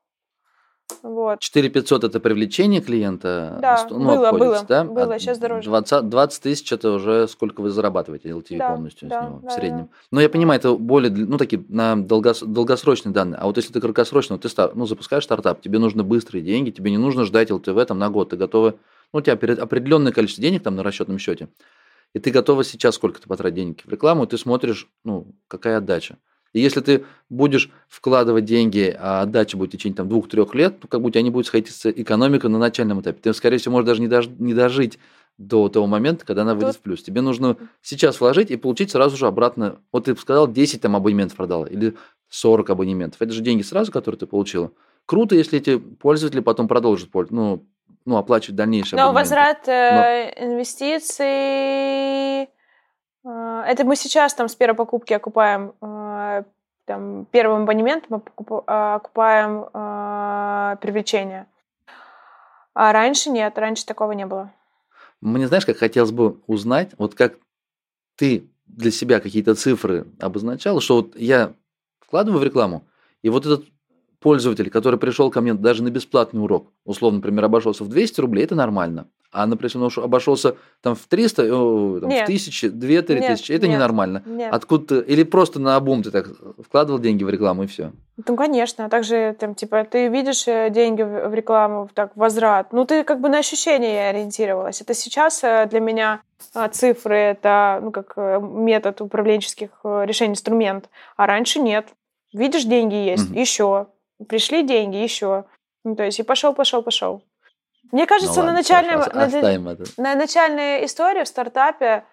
Вот. 4500 – это привлечение клиента? Да, было, да? Сейчас дороже. 20 000 – это уже сколько вы зарабатываете LTV полностью с него, в среднем. Но я понимаю, это более, такие на долгосрочные данные. А вот если ты краткосрочно, ты запускаешь стартап, тебе нужны быстрые деньги, тебе не нужно ждать LTV на год, ты готова, у тебя определенное количество денег на расчетном счете, и ты готова сейчас сколько-то потратить денег в рекламу, и ты смотришь, какая отдача. И если ты будешь вкладывать деньги, а отдача будет в течение 2-3 лет, как бы у тебя не будет сходиться экономика на начальном этапе. Ты, скорее всего, можешь даже не дожить до того момента, когда она выйдет в плюс. Тебе нужно сейчас вложить и получить сразу же обратно. Вот ты сказал, 10 абонементов продала, или 40 абонементов. Это же деньги сразу, которые ты получила. Круто, если эти пользователи потом продолжат оплачивать дальнейшие Но абонементы. возврат инвестиций... Это мы сейчас там с первой покупки окупаем, там, первым абонементом окупаем привлечение. А раньше нет, раньше такого не было. Мне, знаешь, как хотелось бы узнать, вот как ты для себя какие-то цифры обозначал, что вот я вкладываю в рекламу, и вот этот пользователь, который пришел ко мне даже на бесплатный урок, условно, например, обошелся в 200 рублей, это нормально. А, например, он обошелся там в 300, в 1000, 2-3 тысячи, это ненормально. Нет. Откуда или просто наобум ты так вкладывал деньги в рекламу и все? Ну, конечно. А также там, типа, ты видишь деньги в рекламу, так, возврат. Ну, ты как бы на ощущения ориентировалась. Это сейчас для меня цифры, это, как метод управленческих решений, инструмент. А раньше нет. Видишь, деньги есть, еще. Пришли деньги, еще. Ну, то есть и пошел. Мне кажется, на начальной истории в стартапе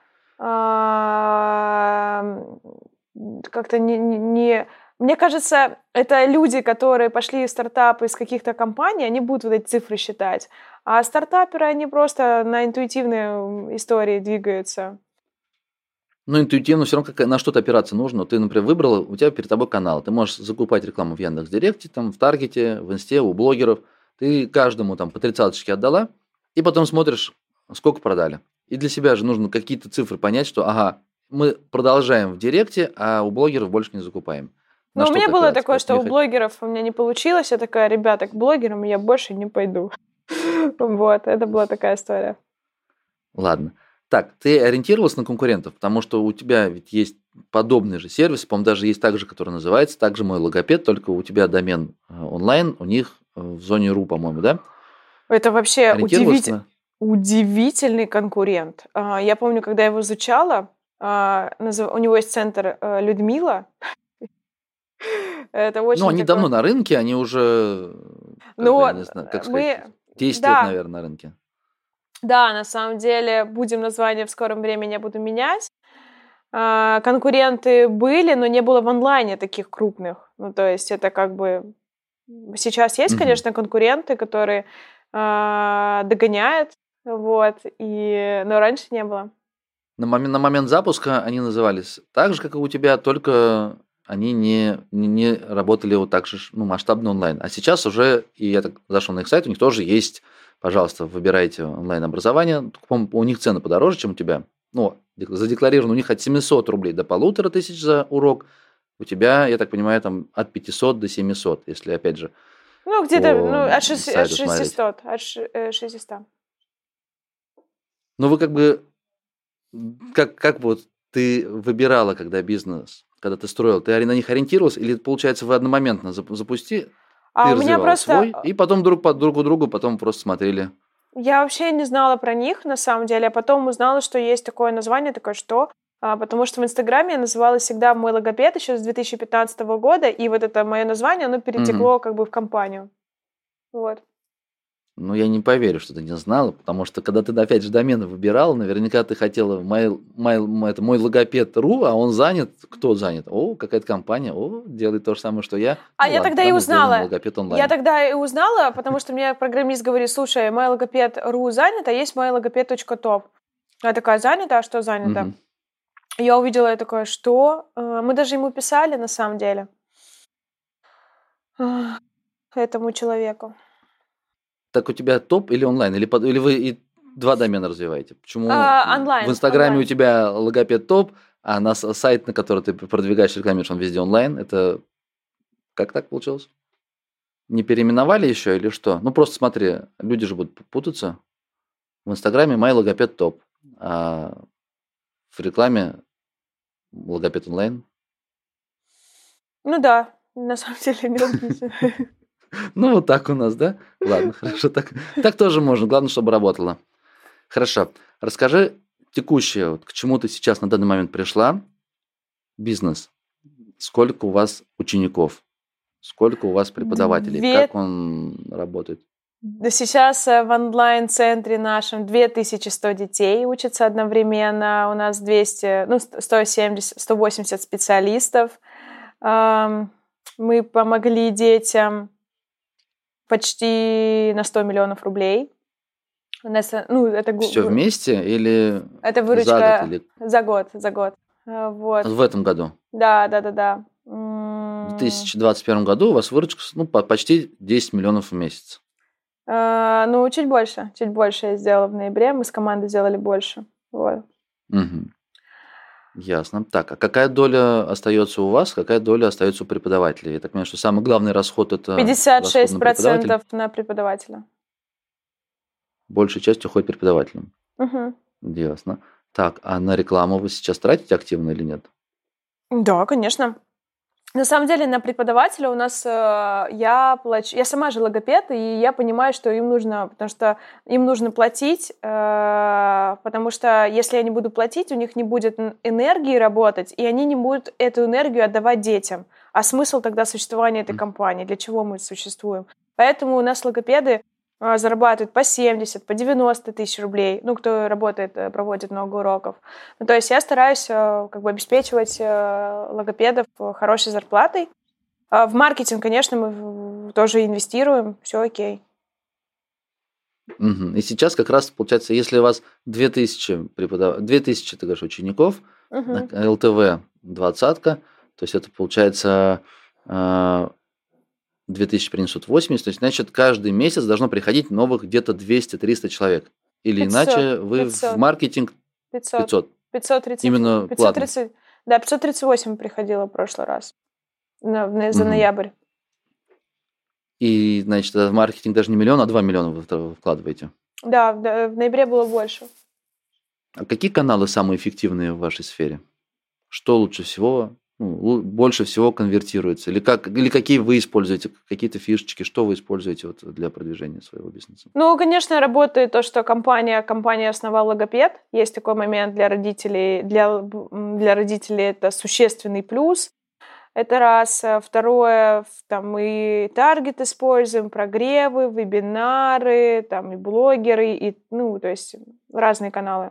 как-то не... Мне кажется, это люди, которые пошли в стартап из каких-то компаний, они будут вот эти цифры считать. А стартаперы, они просто на интуитивной истории двигаются. Ну, интуитивно все равно на что-то опираться нужно. Ты, например, выбрала, у тебя перед тобой канал. Ты можешь закупать рекламу в Яндекс.Директе, там, в Таргете, в Инсте, у блогеров. Ты каждому там по 30-очке отдала, и потом смотришь, сколько продали. И для себя же нужно какие-то цифры понять, что, мы продолжаем в Директе, а у блогеров больше не закупаем. Ну, у меня было такое, что у блогеров у меня не получилось. Я такая, ребята, к блогерам я больше не пойду. Вот, это была такая история. Ладно. Так, ты ориентировалась на конкурентов, потому что у тебя ведь есть подобный же сервис, по-моему, даже есть также, который называется также «Мой логопед», только у тебя домен онлайн, у них в зоне .ру, по-моему, да? Это вообще удивительный конкурент. Я помню, когда я его изучала, у него есть центр Людмила. Это очень они давно на рынке, они уже, не знаю, как сказать, 10 лет, наверное, на рынке. Да, на самом деле, будем название в скором времени я буду менять. Конкуренты были, но не было в онлайне таких крупных. Ну, то есть это как бы... Сейчас есть, конечно, конкуренты, которые догоняют, вот, но раньше не было. На момент запуска они назывались так же, как и у тебя, только они не работали вот так же масштабно онлайн. А сейчас уже, и я так зашел на их сайт, у них тоже есть... Пожалуйста, выбирайте онлайн-образование. У них цены подороже, чем у тебя. Задекларировано у них от 700 рублей до 1500 за урок. У тебя, я так понимаю, там от 500 до 700, если опять же. Ну, где-то от 600. От 600. Ну, вы как бы... Как вот ты выбирала, когда бизнес, когда ты строил, ты на них ориентировалась? Или, получается, вы одномоментно запусти... Ты развивала свой, и потом друг у друга потом просто смотрели. Я вообще не знала про них, на самом деле, а потом узнала, что есть такое название, такое что? Потому что в Инстаграме я называлась всегда «Мой логопед» еще с 2015 года, и вот это мое название, оно перетекло как бы в компанию. Вот. Ну, я не поверю, что ты не знала, потому что, когда ты, опять же, домен выбирала, наверняка ты хотела мой логопед.ру, а он занят. Кто занят? Какая-то компания, делает то же самое, что я. Я тогда и узнала. Я тогда и узнала, потому что мне программист говорит, слушай, мой логопед.ру занят, а есть мой логопед.топ. Я такая, занята? А что занято? Я увидела, я такая, что? Мы даже ему писали, на самом деле, этому человеку. Так у тебя топ или онлайн? Или вы и два домена развиваете? Почему онлайн, в Инстаграме онлайн. У тебя логопед топ, а на сайт, на который ты продвигаешь, рекламируешь, он везде онлайн? Это как так получилось? Не переименовали еще или что? Ну, просто смотри, люди же будут путаться. В Инстаграме мой логопед топ, а в рекламе логопед онлайн. Ну да, на самом деле не логично. Ну, вот так у нас, да? Ладно, хорошо. Так тоже можно. Главное, чтобы работало. Хорошо. Расскажи текущее, к чему ты сейчас на данный момент пришла. Бизнес. Сколько у вас учеников? Сколько у вас преподавателей? Как он работает? Сейчас в онлайн-центре нашем 2100 детей учатся одновременно. У нас 180 специалистов. Мы помогли детям почти на 100 миллионов рублей. У нас, это Все вместе или это за выручка год? Или за год. Вот. в этом году? Да. В 2021 году у вас выручка почти 10 миллионов в месяц. Чуть больше я сделала в ноябре. Мы с командой сделали больше. Вот. Угу. Ясно. Так, а какая доля остается у вас, какая доля остается у преподавателей? Я так понимаю, что самый главный расход – это расход на 56% на преподавателя. Большая часть уходит преподавателям. Угу. Ясно. Так, а на рекламу вы сейчас тратите активно или нет? Да, конечно. На самом деле на преподавателя у нас я сама же логопед, и я понимаю, что им нужно платить, потому что если я не буду платить, у них не будет энергии работать, и они не будут эту энергию отдавать детям. А смысл тогда существования этой компании? Для чего мы существуем? Поэтому у нас логопеды зарабатывают по 70, по 90 тысяч рублей, кто работает, проводит много уроков. То есть я стараюсь обеспечивать логопедов хорошей зарплатой. В маркетинг, конечно, мы тоже инвестируем, все окей. Угу. И сейчас как раз, получается, если у вас 2000 ты говоришь, учеников, ЛТВ 20-ка, то есть это получается 2000 принесут 80, то есть, значит, каждый месяц должно приходить новых где-то 200-300 человек. Или 500, иначе вы 500. В маркетинг 500. 530. Именно 530, да, 538 приходило в прошлый раз за ноябрь. И, значит, в маркетинг даже не миллион, а 2 миллиона вы вкладываете. Да, в ноябре было больше. А какие каналы самые эффективные в вашей сфере? Что лучше всего, больше всего конвертируется? Или какие вы используете, какие-то фишечки, что вы используете для продвижения своего бизнеса? Конечно, работает то, что компания основал логопед. Есть такой момент для родителей. Для родителей это существенный плюс. Это раз. Второе, мы таргет используем, прогревы, вебинары, и блогеры, и, то есть разные каналы.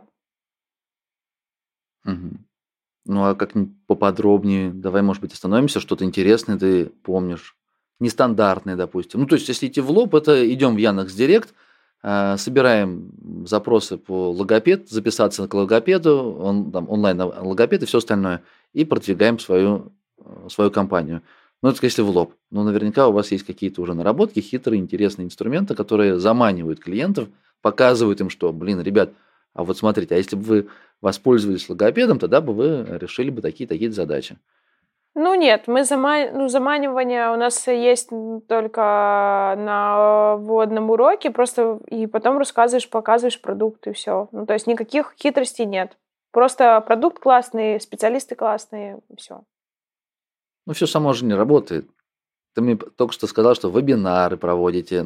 Угу. А как-нибудь поподробнее, давай, может быть, остановимся, что-то интересное ты помнишь, нестандартное, допустим. То есть, если идти в лоб, это идем в Яндекс.Директ, собираем запросы по логопед, записаться к логопеду, онлайн логопед и все остальное, и продвигаем свою компанию. Это если в лоб. Но наверняка у вас есть какие-то уже наработки, хитрые, интересные инструменты, которые заманивают клиентов, показывают им, что, ребят, а вот смотрите, а если бы вы воспользовались логопедом, тогда бы вы решили бы такие задачи. Нет, мы заманивание у нас есть только на вводном уроке, просто и потом рассказываешь, показываешь продукт и все. То есть никаких хитростей нет. Просто продукт классный, специалисты классные, и все. Все само же не работает. Ты мне только что сказал, что вебинары проводите.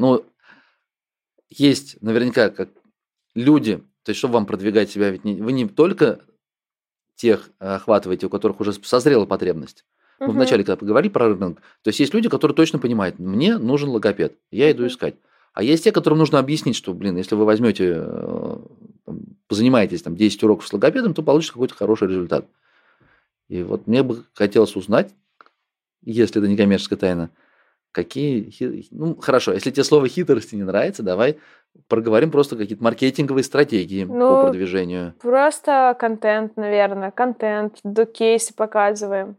Есть наверняка как люди, то есть, чтобы вам продвигать себя, ведь вы не только тех охватываете, у которых уже созрела потребность. Мы вначале, когда поговорили про рынок, то есть люди, которые точно понимают, мне нужен логопед, я иду искать. А есть те, которым нужно объяснить, что, если вы возьмете, позанимаетесь 10 уроков с логопедом, то получите какой-то хороший результат. И вот мне бы хотелось узнать, если это не коммерческая тайна, хорошо, если тебе слово хитрости не нравится, давай проговорим просто какие-то маркетинговые стратегии по продвижению. Просто контент, наверное. Кейсы показываем.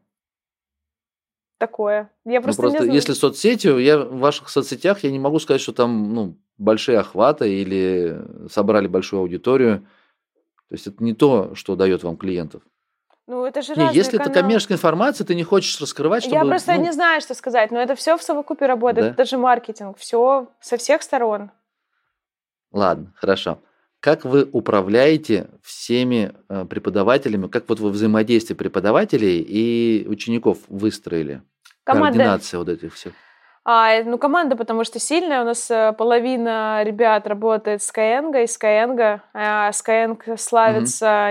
Такое. Я просто не знаю. Если соцсети, в ваших соцсетях я не могу сказать, что там большие охваты или собрали большую аудиторию. То есть это не то, что дает вам клиентов. Это же разные если каналы. Это коммерческая информация, ты не хочешь раскрывать, чтобы... Я просто не знаю, что сказать, но это все в совокупе работает. Да? Это же маркетинг, все со всех сторон. Ладно, хорошо. Как вы управляете всеми преподавателями, как вы взаимодействие преподавателей и учеников выстроили? Координация этих всех. Команда, потому что сильная. У нас половина ребят работает с Skyeng, из Skyeng. Skyeng славится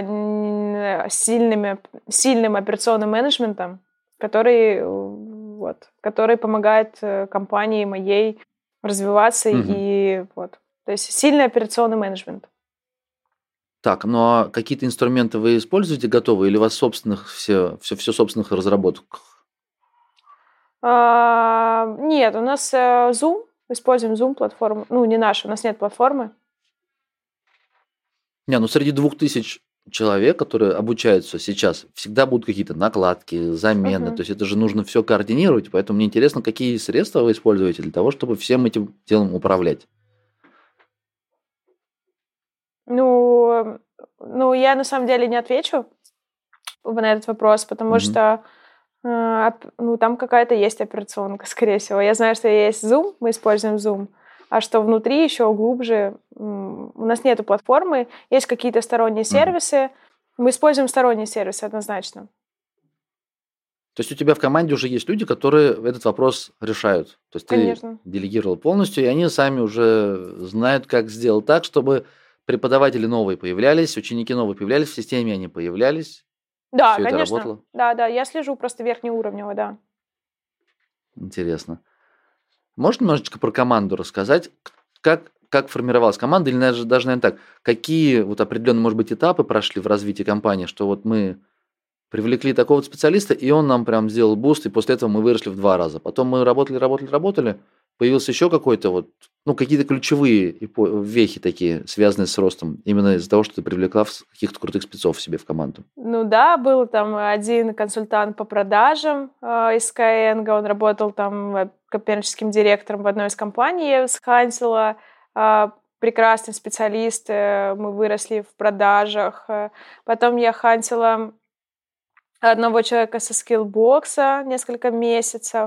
сильным операционным менеджментом, который помогает компании моей развиваться и вот. То есть сильный операционный менеджмент. Так, а какие-то инструменты вы используете готовые или у вас все собственных разработок? Нет, у нас Zoom, используем Zoom платформу. Ну, не наша, у нас нет платформы. Среди 2000 человек, которые обучаются сейчас, всегда будут какие-то накладки, замены. Мгм. То есть это же нужно все координировать. Поэтому мне интересно, какие средства вы используете для того, чтобы всем этим делом управлять. Ну, я на самом деле не отвечу на этот вопрос, потому Мгм. что там какая-то есть операционка, скорее всего. Я знаю, что есть Zoom, мы используем Zoom, а что внутри еще глубже, у нас нету платформы, есть какие-то сторонние Мгм. сервисы. Мы используем сторонние сервисы однозначно. То есть у тебя в команде уже есть люди, которые этот вопрос решают. То есть ты Конечно. делегировал полностью, и они сами уже знают, как сделать так, чтобы преподаватели новые появлялись, ученики новые появлялись, в системе они появлялись, Да, все это конечно. работало. Да, я слежу просто верхнеуровнево, да. Интересно. Можешь немножечко про команду рассказать? Как формировалась команда? Или даже, наверное, так, какие вот определенные, может быть, этапы прошли в развитии компании, что вот мы привлекли такого-то специалиста, и он нам прям сделал буст, и после этого мы выросли в 2 раза. Потом мы работали, появился еще какой-то какие-то ключевые вехи такие, связанные с ростом, именно из-за того, что ты привлекла каких-то крутых спецов себе в команду. Ну да, был там один консультант по продажам из Skyeng, он работал там коммерческим директором в одной из компаний, я его схантила. Прекрасный специалист, мы выросли в продажах. Потом я хантила одного человека со скиллбокса несколько месяцев,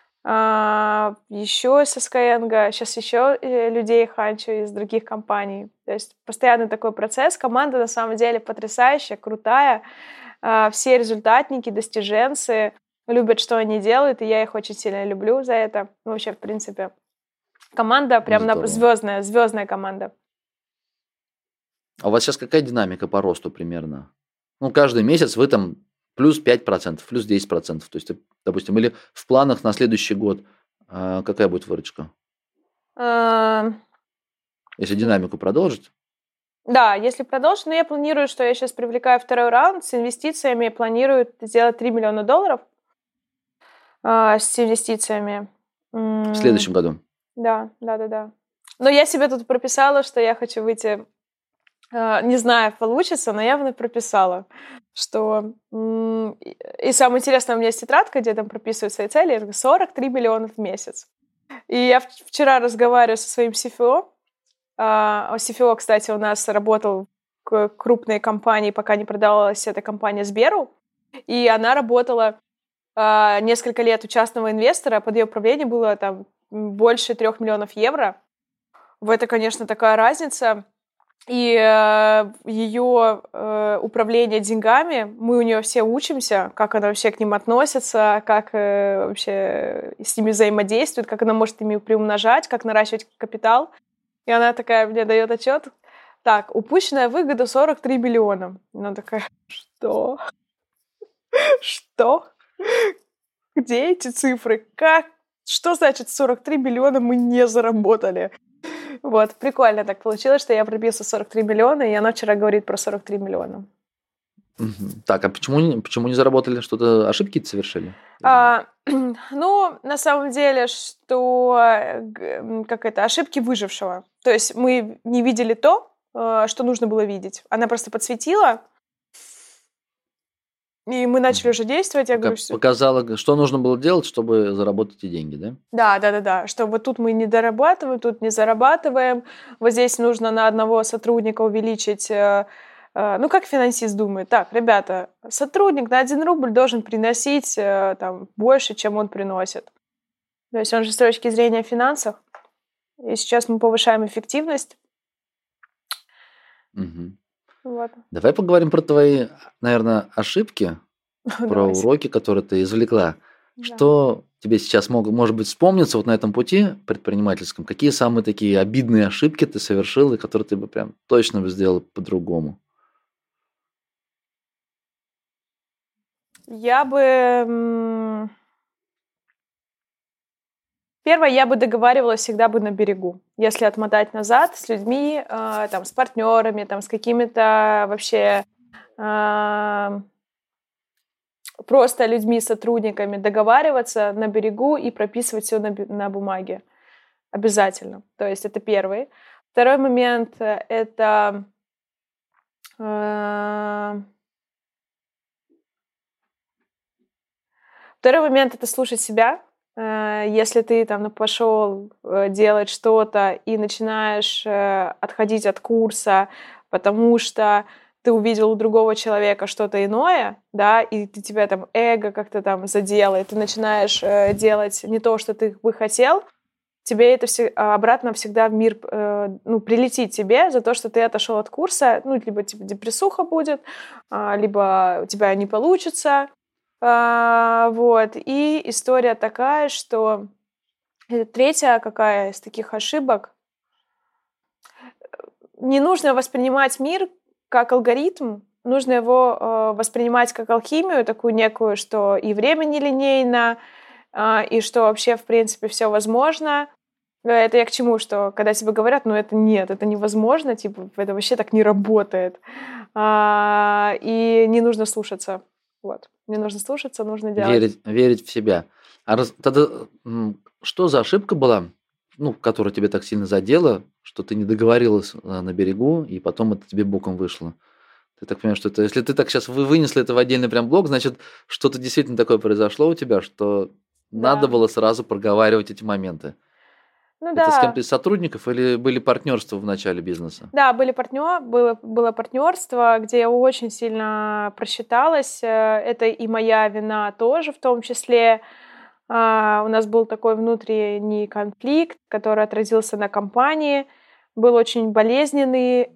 еще со Skyeng, сейчас еще людей ханчу из других компаний. То есть постоянно такой процесс. Команда на самом деле потрясающая, крутая. Все результатники, достиженцы любят, что они делают, и я их очень сильно люблю за это. Вообще, в принципе, команда прям Здорово. звездная команда. А у вас сейчас какая динамика по росту примерно? Каждый месяц вы там плюс 5%, плюс 10%. То есть, допустим, или в планах на следующий год какая будет выручка? Если динамику продолжить? Да, если продолжить, я планирую, что я сейчас привлекаю второй раунд с инвестициями, планирую сделать $3 миллиона с инвестициями. В следующем году? Да. Но я себе тут прописала, что я хочу выйти, не знаю, получится, но я прописала, что... И самое интересное, у меня есть тетрадка, где там прописывают свои цели, я говорю, 43 миллиона в месяц. И я вчера разговариваю со своим CFO. CFO, кстати, у нас работал в крупной компании, пока не продавалась эта компания Сберу. И она работала несколько лет у частного инвестора. Под ее управлением было там больше 3 миллионов евро. Это, конечно, такая разница. И ее управление деньгами, мы у нее все учимся, как она вообще к ним относится, как вообще с ними взаимодействует, как она может ими приумножать, как наращивать капитал. И она такая мне дает отчет. Так, упущенная выгода 43 миллиона. Она такая, что? Что? Где эти цифры? Как? Что значит 43 миллиона мы не заработали? Прикольно так получилось, что я пробился 43 миллиона, и она вчера говорит про 43 миллиона. Так, а почему не заработали? Что-то ошибки совершили? На самом деле, что ошибки выжившего. То есть мы не видели то, что нужно было видеть. Она просто подсветила, и мы начали уже действовать. Я говорю, показала, что нужно было делать, чтобы заработать эти деньги, да? Да. Что тут мы не дорабатываем, тут не зарабатываем. Здесь нужно на одного сотрудника увеличить... как финансист думает, так, ребята, сотрудник на 1 рубль должен приносить больше, чем он приносит. То есть он же с точки зрения финансов. И сейчас мы повышаем эффективность. Угу. Давай поговорим про твои, наверное, ошибки, про уроки, которые ты извлекла. Да. Что тебе сейчас может быть вспомнится на этом пути предпринимательском? Какие самые такие обидные ошибки ты совершила, которые ты бы прям точно бы сделала по-другому? Первое, я бы договаривалась всегда бы на берегу. Если отмотать назад с людьми, с партнерами, с какими-то вообще просто людьми, сотрудниками договариваться на берегу и прописывать все на бумаге. Обязательно. То есть это первый. Второй момент — это слушать себя. Если ты там пошел делать что-то и начинаешь отходить от курса, потому что ты увидел у другого человека что-то иное, да, и тебя там эго как-то там задело, и ты начинаешь делать не то, что ты бы хотел, тебе это обратно всегда в мир прилетит тебе за то, что ты отошел от курса, либо тебе депрессуха будет, либо у тебя не получится. Вот. И история такая, что это третья какая из таких ошибок. Не нужно воспринимать мир как алгоритм, нужно его воспринимать как алхимию, такую некую, что и время нелинейно, и что вообще, в принципе, все возможно. Это я к чему, что когда тебе говорят, это нет, это невозможно, типа, это вообще так не работает. И не нужно слушаться. Вот. Не нужно слушаться, нужно делать. Верить в себя. Тогда что за ошибка была, которая тебя так сильно задела, что ты не договорилась на берегу, и потом это тебе боком вышло? Ты так понимаешь, что если ты так сейчас вынесла это в отдельный прям блок, значит, что-то действительно такое произошло у тебя, что надо было сразу проговаривать эти моменты. Это с кем-то из сотрудников или были партнерства в начале бизнеса? Да, было партнерство, где я очень сильно просчиталась. Это и моя вина тоже в том числе. У нас был такой внутренний конфликт, который отразился на компании. Был очень болезненный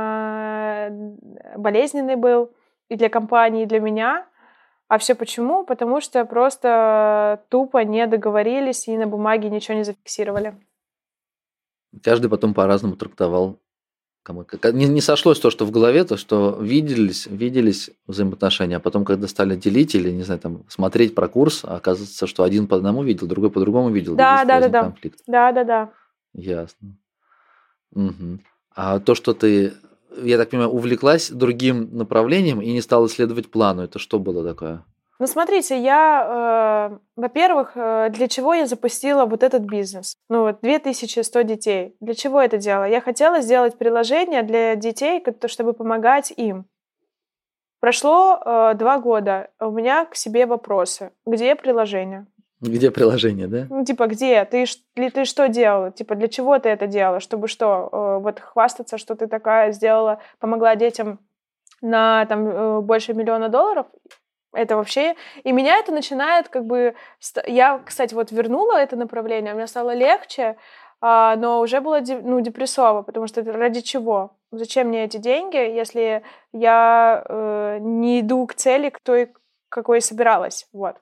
был и для компании, и для меня. А все почему? Потому что просто тупо не договорились и на бумаге ничего не зафиксировали. Каждый потом по-разному трактовал. Не сошлось то, что в голове, то, что виделись взаимоотношения, а потом, когда стали делить или, не знаю, там, смотреть про курс, оказывается, что один по одному видел, другой по другому видел. Да. Конфликт. Да. Ясно. Угу. А то, что ты, я так понимаю, увлеклась другим направлением и не стала следовать плану, это что было такое? Смотрите, я, во-первых, для чего я запустила вот этот бизнес? 2100 детей. Для чего это делала? Я хотела сделать приложение для детей, чтобы помогать им. Прошло 2 года, у меня к себе вопросы. Где приложение? Где приложение, да? Где? Ты что делала? Для чего ты это делала? Чтобы что? Хвастаться, что ты такая сделала, помогла детям на больше $1 миллиона? Это вообще... И меня это начинает Я, кстати, вернула это направление, мне стало легче, но уже было депрессово, потому что ради чего? Зачем мне эти деньги, если я не иду к цели, к той, какой я собиралась? Вот.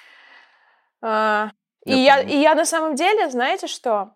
И я на самом деле, знаете что?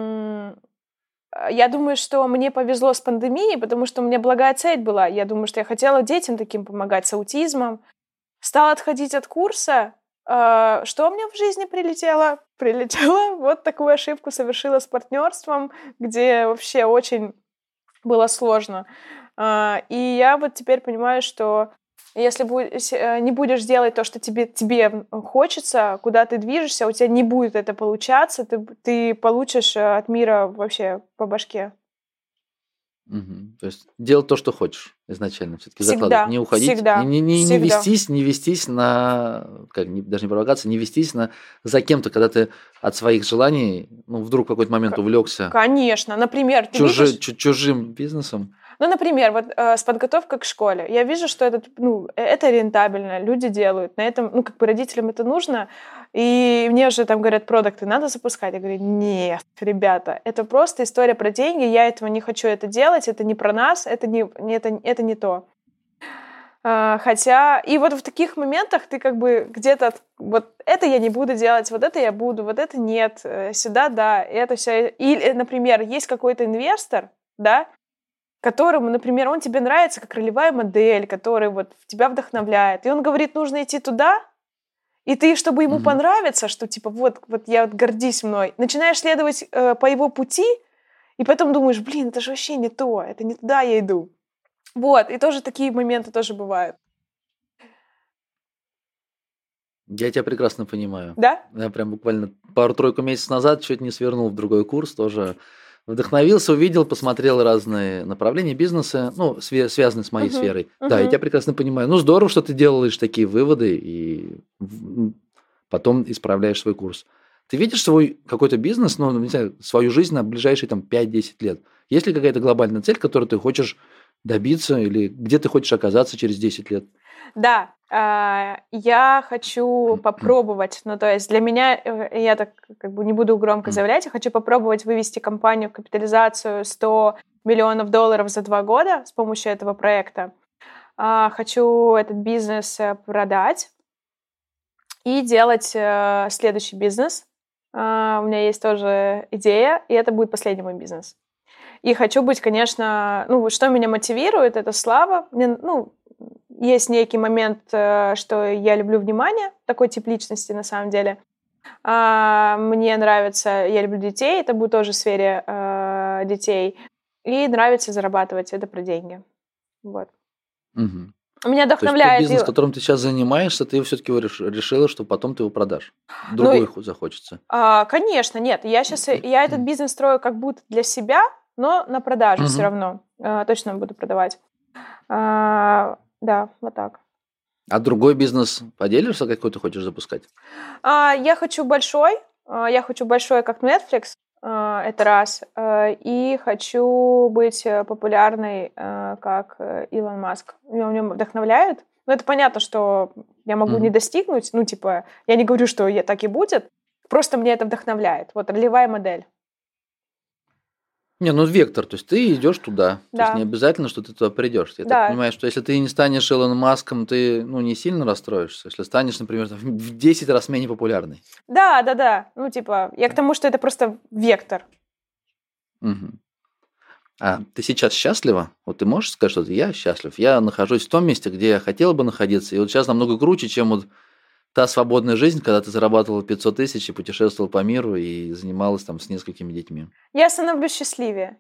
Я думаю, что мне повезло с пандемией, потому что у меня благая цель была. Я думаю, что я хотела детям таким помогать с аутизмом. Стала отходить от курса. Что мне в жизни прилетело? Прилетело, вот такую ошибку совершила с партнерством, где вообще очень было сложно. И я теперь понимаю, что если не будешь делать то, что тебе хочется, куда ты движешься, у тебя не будет это получаться, ты получишь от мира вообще по башке. Угу. То есть делать то, что хочешь изначально, все-таки закладывать, не уходить, всегда. Не вестись на, даже не провокаться, не вестись за кем-то, когда ты от своих желаний, вдруг в какой-то момент увлекся. Конечно, например, чужим бизнесом. Например, с подготовкой к школе. Я вижу, что это рентабельно, люди делают. На этом, родителям это нужно. И мне уже говорят, продукты надо запускать. Я говорю, нет, ребята, это просто история про деньги, я этого не хочу это делать, это не про нас, это не то. Хотя, и в таких моментах ты где-то, это я не буду делать, вот это я буду, вот это нет, сюда, да, это все. Или, например, есть какой-то инвестор, да, которому, например, он тебе нравится как ролевая модель, который тебя вдохновляет. И он говорит, нужно идти туда, и ты, чтобы ему понравиться, что я гордись мной, начинаешь следовать по его пути, и потом думаешь, это же вообще не то, это не туда я иду. И тоже такие моменты тоже бывают. Я тебя прекрасно понимаю. Да? Я прям буквально пару-тройку месяцев назад чуть не свернул в другой курс, тоже вдохновился, увидел, посмотрел разные направления бизнеса, ну, связанные с моей сферой. Да, я тебя прекрасно понимаю. Ну, здорово, что ты делаешь такие выводы и потом исправляешь свой курс. Ты видишь свой какой-то бизнес, ну, не знаю, свою жизнь на ближайшие там 5-10 лет? Есть ли какая-то глобальная цель, которую ты хочешь добиться, или где ты хочешь оказаться через 10 лет? Да, я хочу попробовать, ну, то есть для меня, я так как бы не буду громко заявлять, я хочу попробовать вывести компанию в капитализацию $100 миллионов за 2 года с помощью этого проекта. Хочу этот бизнес продать и делать следующий бизнес. У меня есть тоже идея, и это будет последний мой бизнес. И хочу быть, конечно, ну, что меня мотивирует, это слава. Мне, ну, есть некий момент, что я люблю внимание, такой тип личности на самом деле. Мне нравится, я люблю детей, это будет тоже в сфере детей. И нравится зарабатывать, это про деньги. Вот. Угу. Меня То есть тот вдохновляет. бизнес, которым ты сейчас занимаешься, ты все-таки решила, что потом ты его продашь. Другой захочется. Конечно, нет. Я этот бизнес строю как будто для себя, но на продажу все равно. Точно буду продавать. Да, вот так. А другой бизнес поделишься, какой ты хочешь запускать? Я хочу большой, как Netflix, это раз. И хочу быть популярной, как Илон Маск. Меня вдохновляет. Но это понятно, что я могу не достигнуть. Ну, типа, я не говорю, что так и будет. Просто мне это вдохновляет. Вот ролевая модель. Не, ну вектор, то есть ты идешь туда. Да. То есть не обязательно, что ты туда придешь. Я так понимаю, что если ты не станешь Илоном Маском, ты не сильно расстроишься. Если станешь, например, в 10 раз менее популярной. Да. Ну, типа, я к тому, что это просто вектор. Угу. А ты сейчас счастлива? Вот ты можешь сказать, что я счастлив? Я нахожусь в том месте, где я хотела бы находиться. И вот сейчас намного круче, чем вот та свободная жизнь, когда ты зарабатывала 500 тысяч и путешествовала по миру и занималась там с несколькими детьми. Я становлюсь счастливее.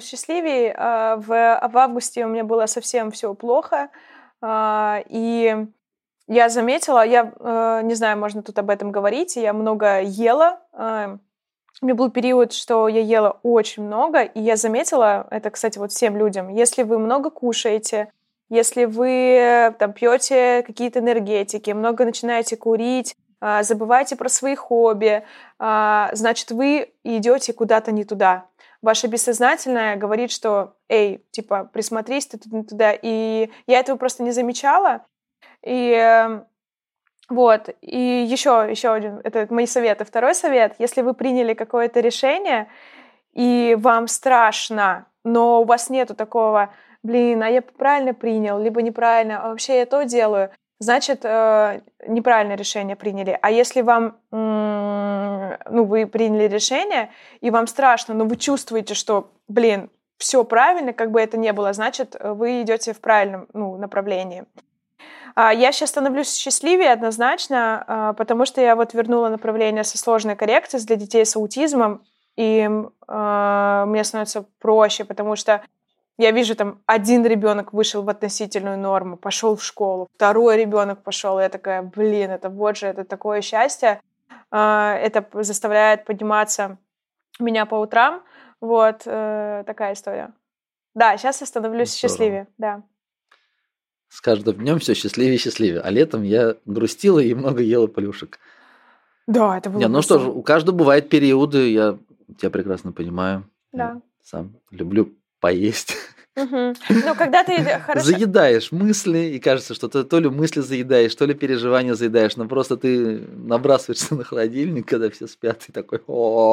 В августе у меня было совсем все плохо. И я заметила, я не знаю, можно тут об этом говорить, я много ела. У меня был период, что я ела очень много, и я заметила, это, кстати, вот всем людям, если вы много кушаете, если вы там пьете какие-то энергетики, много начинаете курить, забываете про свои хобби, значит, вы идете куда-то не туда. Ваше бессознательное говорит, что, эй, типа, присмотрись ты не туда. И я этого просто не замечала. И вот. И еще один, это мои советы. Второй совет, если вы приняли какое-то решение, и вам страшно, но у вас нету такого... Блин, а я правильно принял, либо неправильно, а вообще я то делаю, значит, неправильное решение приняли. А если вам, вы приняли решение, и вам страшно, но вы чувствуете, что, блин, все правильно, как бы это ни было, значит, вы идете в правильном направлении. Я сейчас становлюсь счастливее однозначно, потому что я вот вернула направление со сложной коррекцией для детей с аутизмом, и мне становится проще, потому что я вижу, там, один ребенок вышел в относительную норму, пошел в школу, второй ребенок пошел, и я такая, блин, это такое счастье, это заставляет подниматься меня по утрам, вот, такая история. Да, сейчас я становлюсь счастливее, да. С каждым днем все счастливее и счастливее, а летом я грустила и много ела плюшек. Да, это было. Ну что ж, у каждого бывают периоды, я тебя прекрасно понимаю. Да. Я сам люблю поесть. Ну, когда ты хорошо... Заедаешь мысли, и кажется, что ты то ли мысли заедаешь, то ли переживания заедаешь, но просто ты набрасываешься на холодильник, когда все спят, и такой...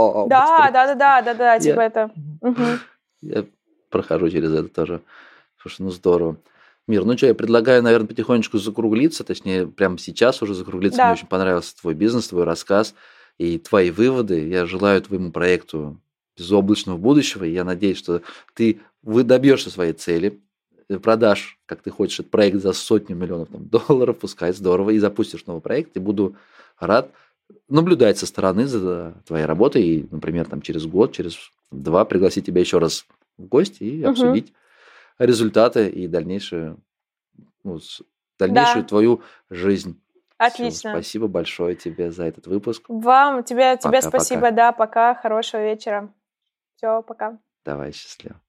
Да, типа это... Я прохожу через это тоже. Слушай, здорово. Мир, что, я предлагаю, наверное, потихонечку закруглиться, точнее, прямо сейчас уже закруглиться. Да. Мне очень понравился твой бизнес, твой рассказ и твои выводы. Я желаю твоему проекту безоблачного будущего, и я надеюсь, что ты добьешься своей цели, продашь, как ты хочешь, этот проект за $100 миллионов долларов, пускай здорово, и запустишь новый проект, и буду рад наблюдать со стороны за твоей работой, и, например, через год, через 2 пригласить тебя еще раз в гости и обсудить результаты и дальнейшую твою жизнь. Отлично. Спасибо большое тебе за этот выпуск. Тебе Пока-пока. спасибо, да, пока, хорошего вечера. Все, пока. Давай, счастливо.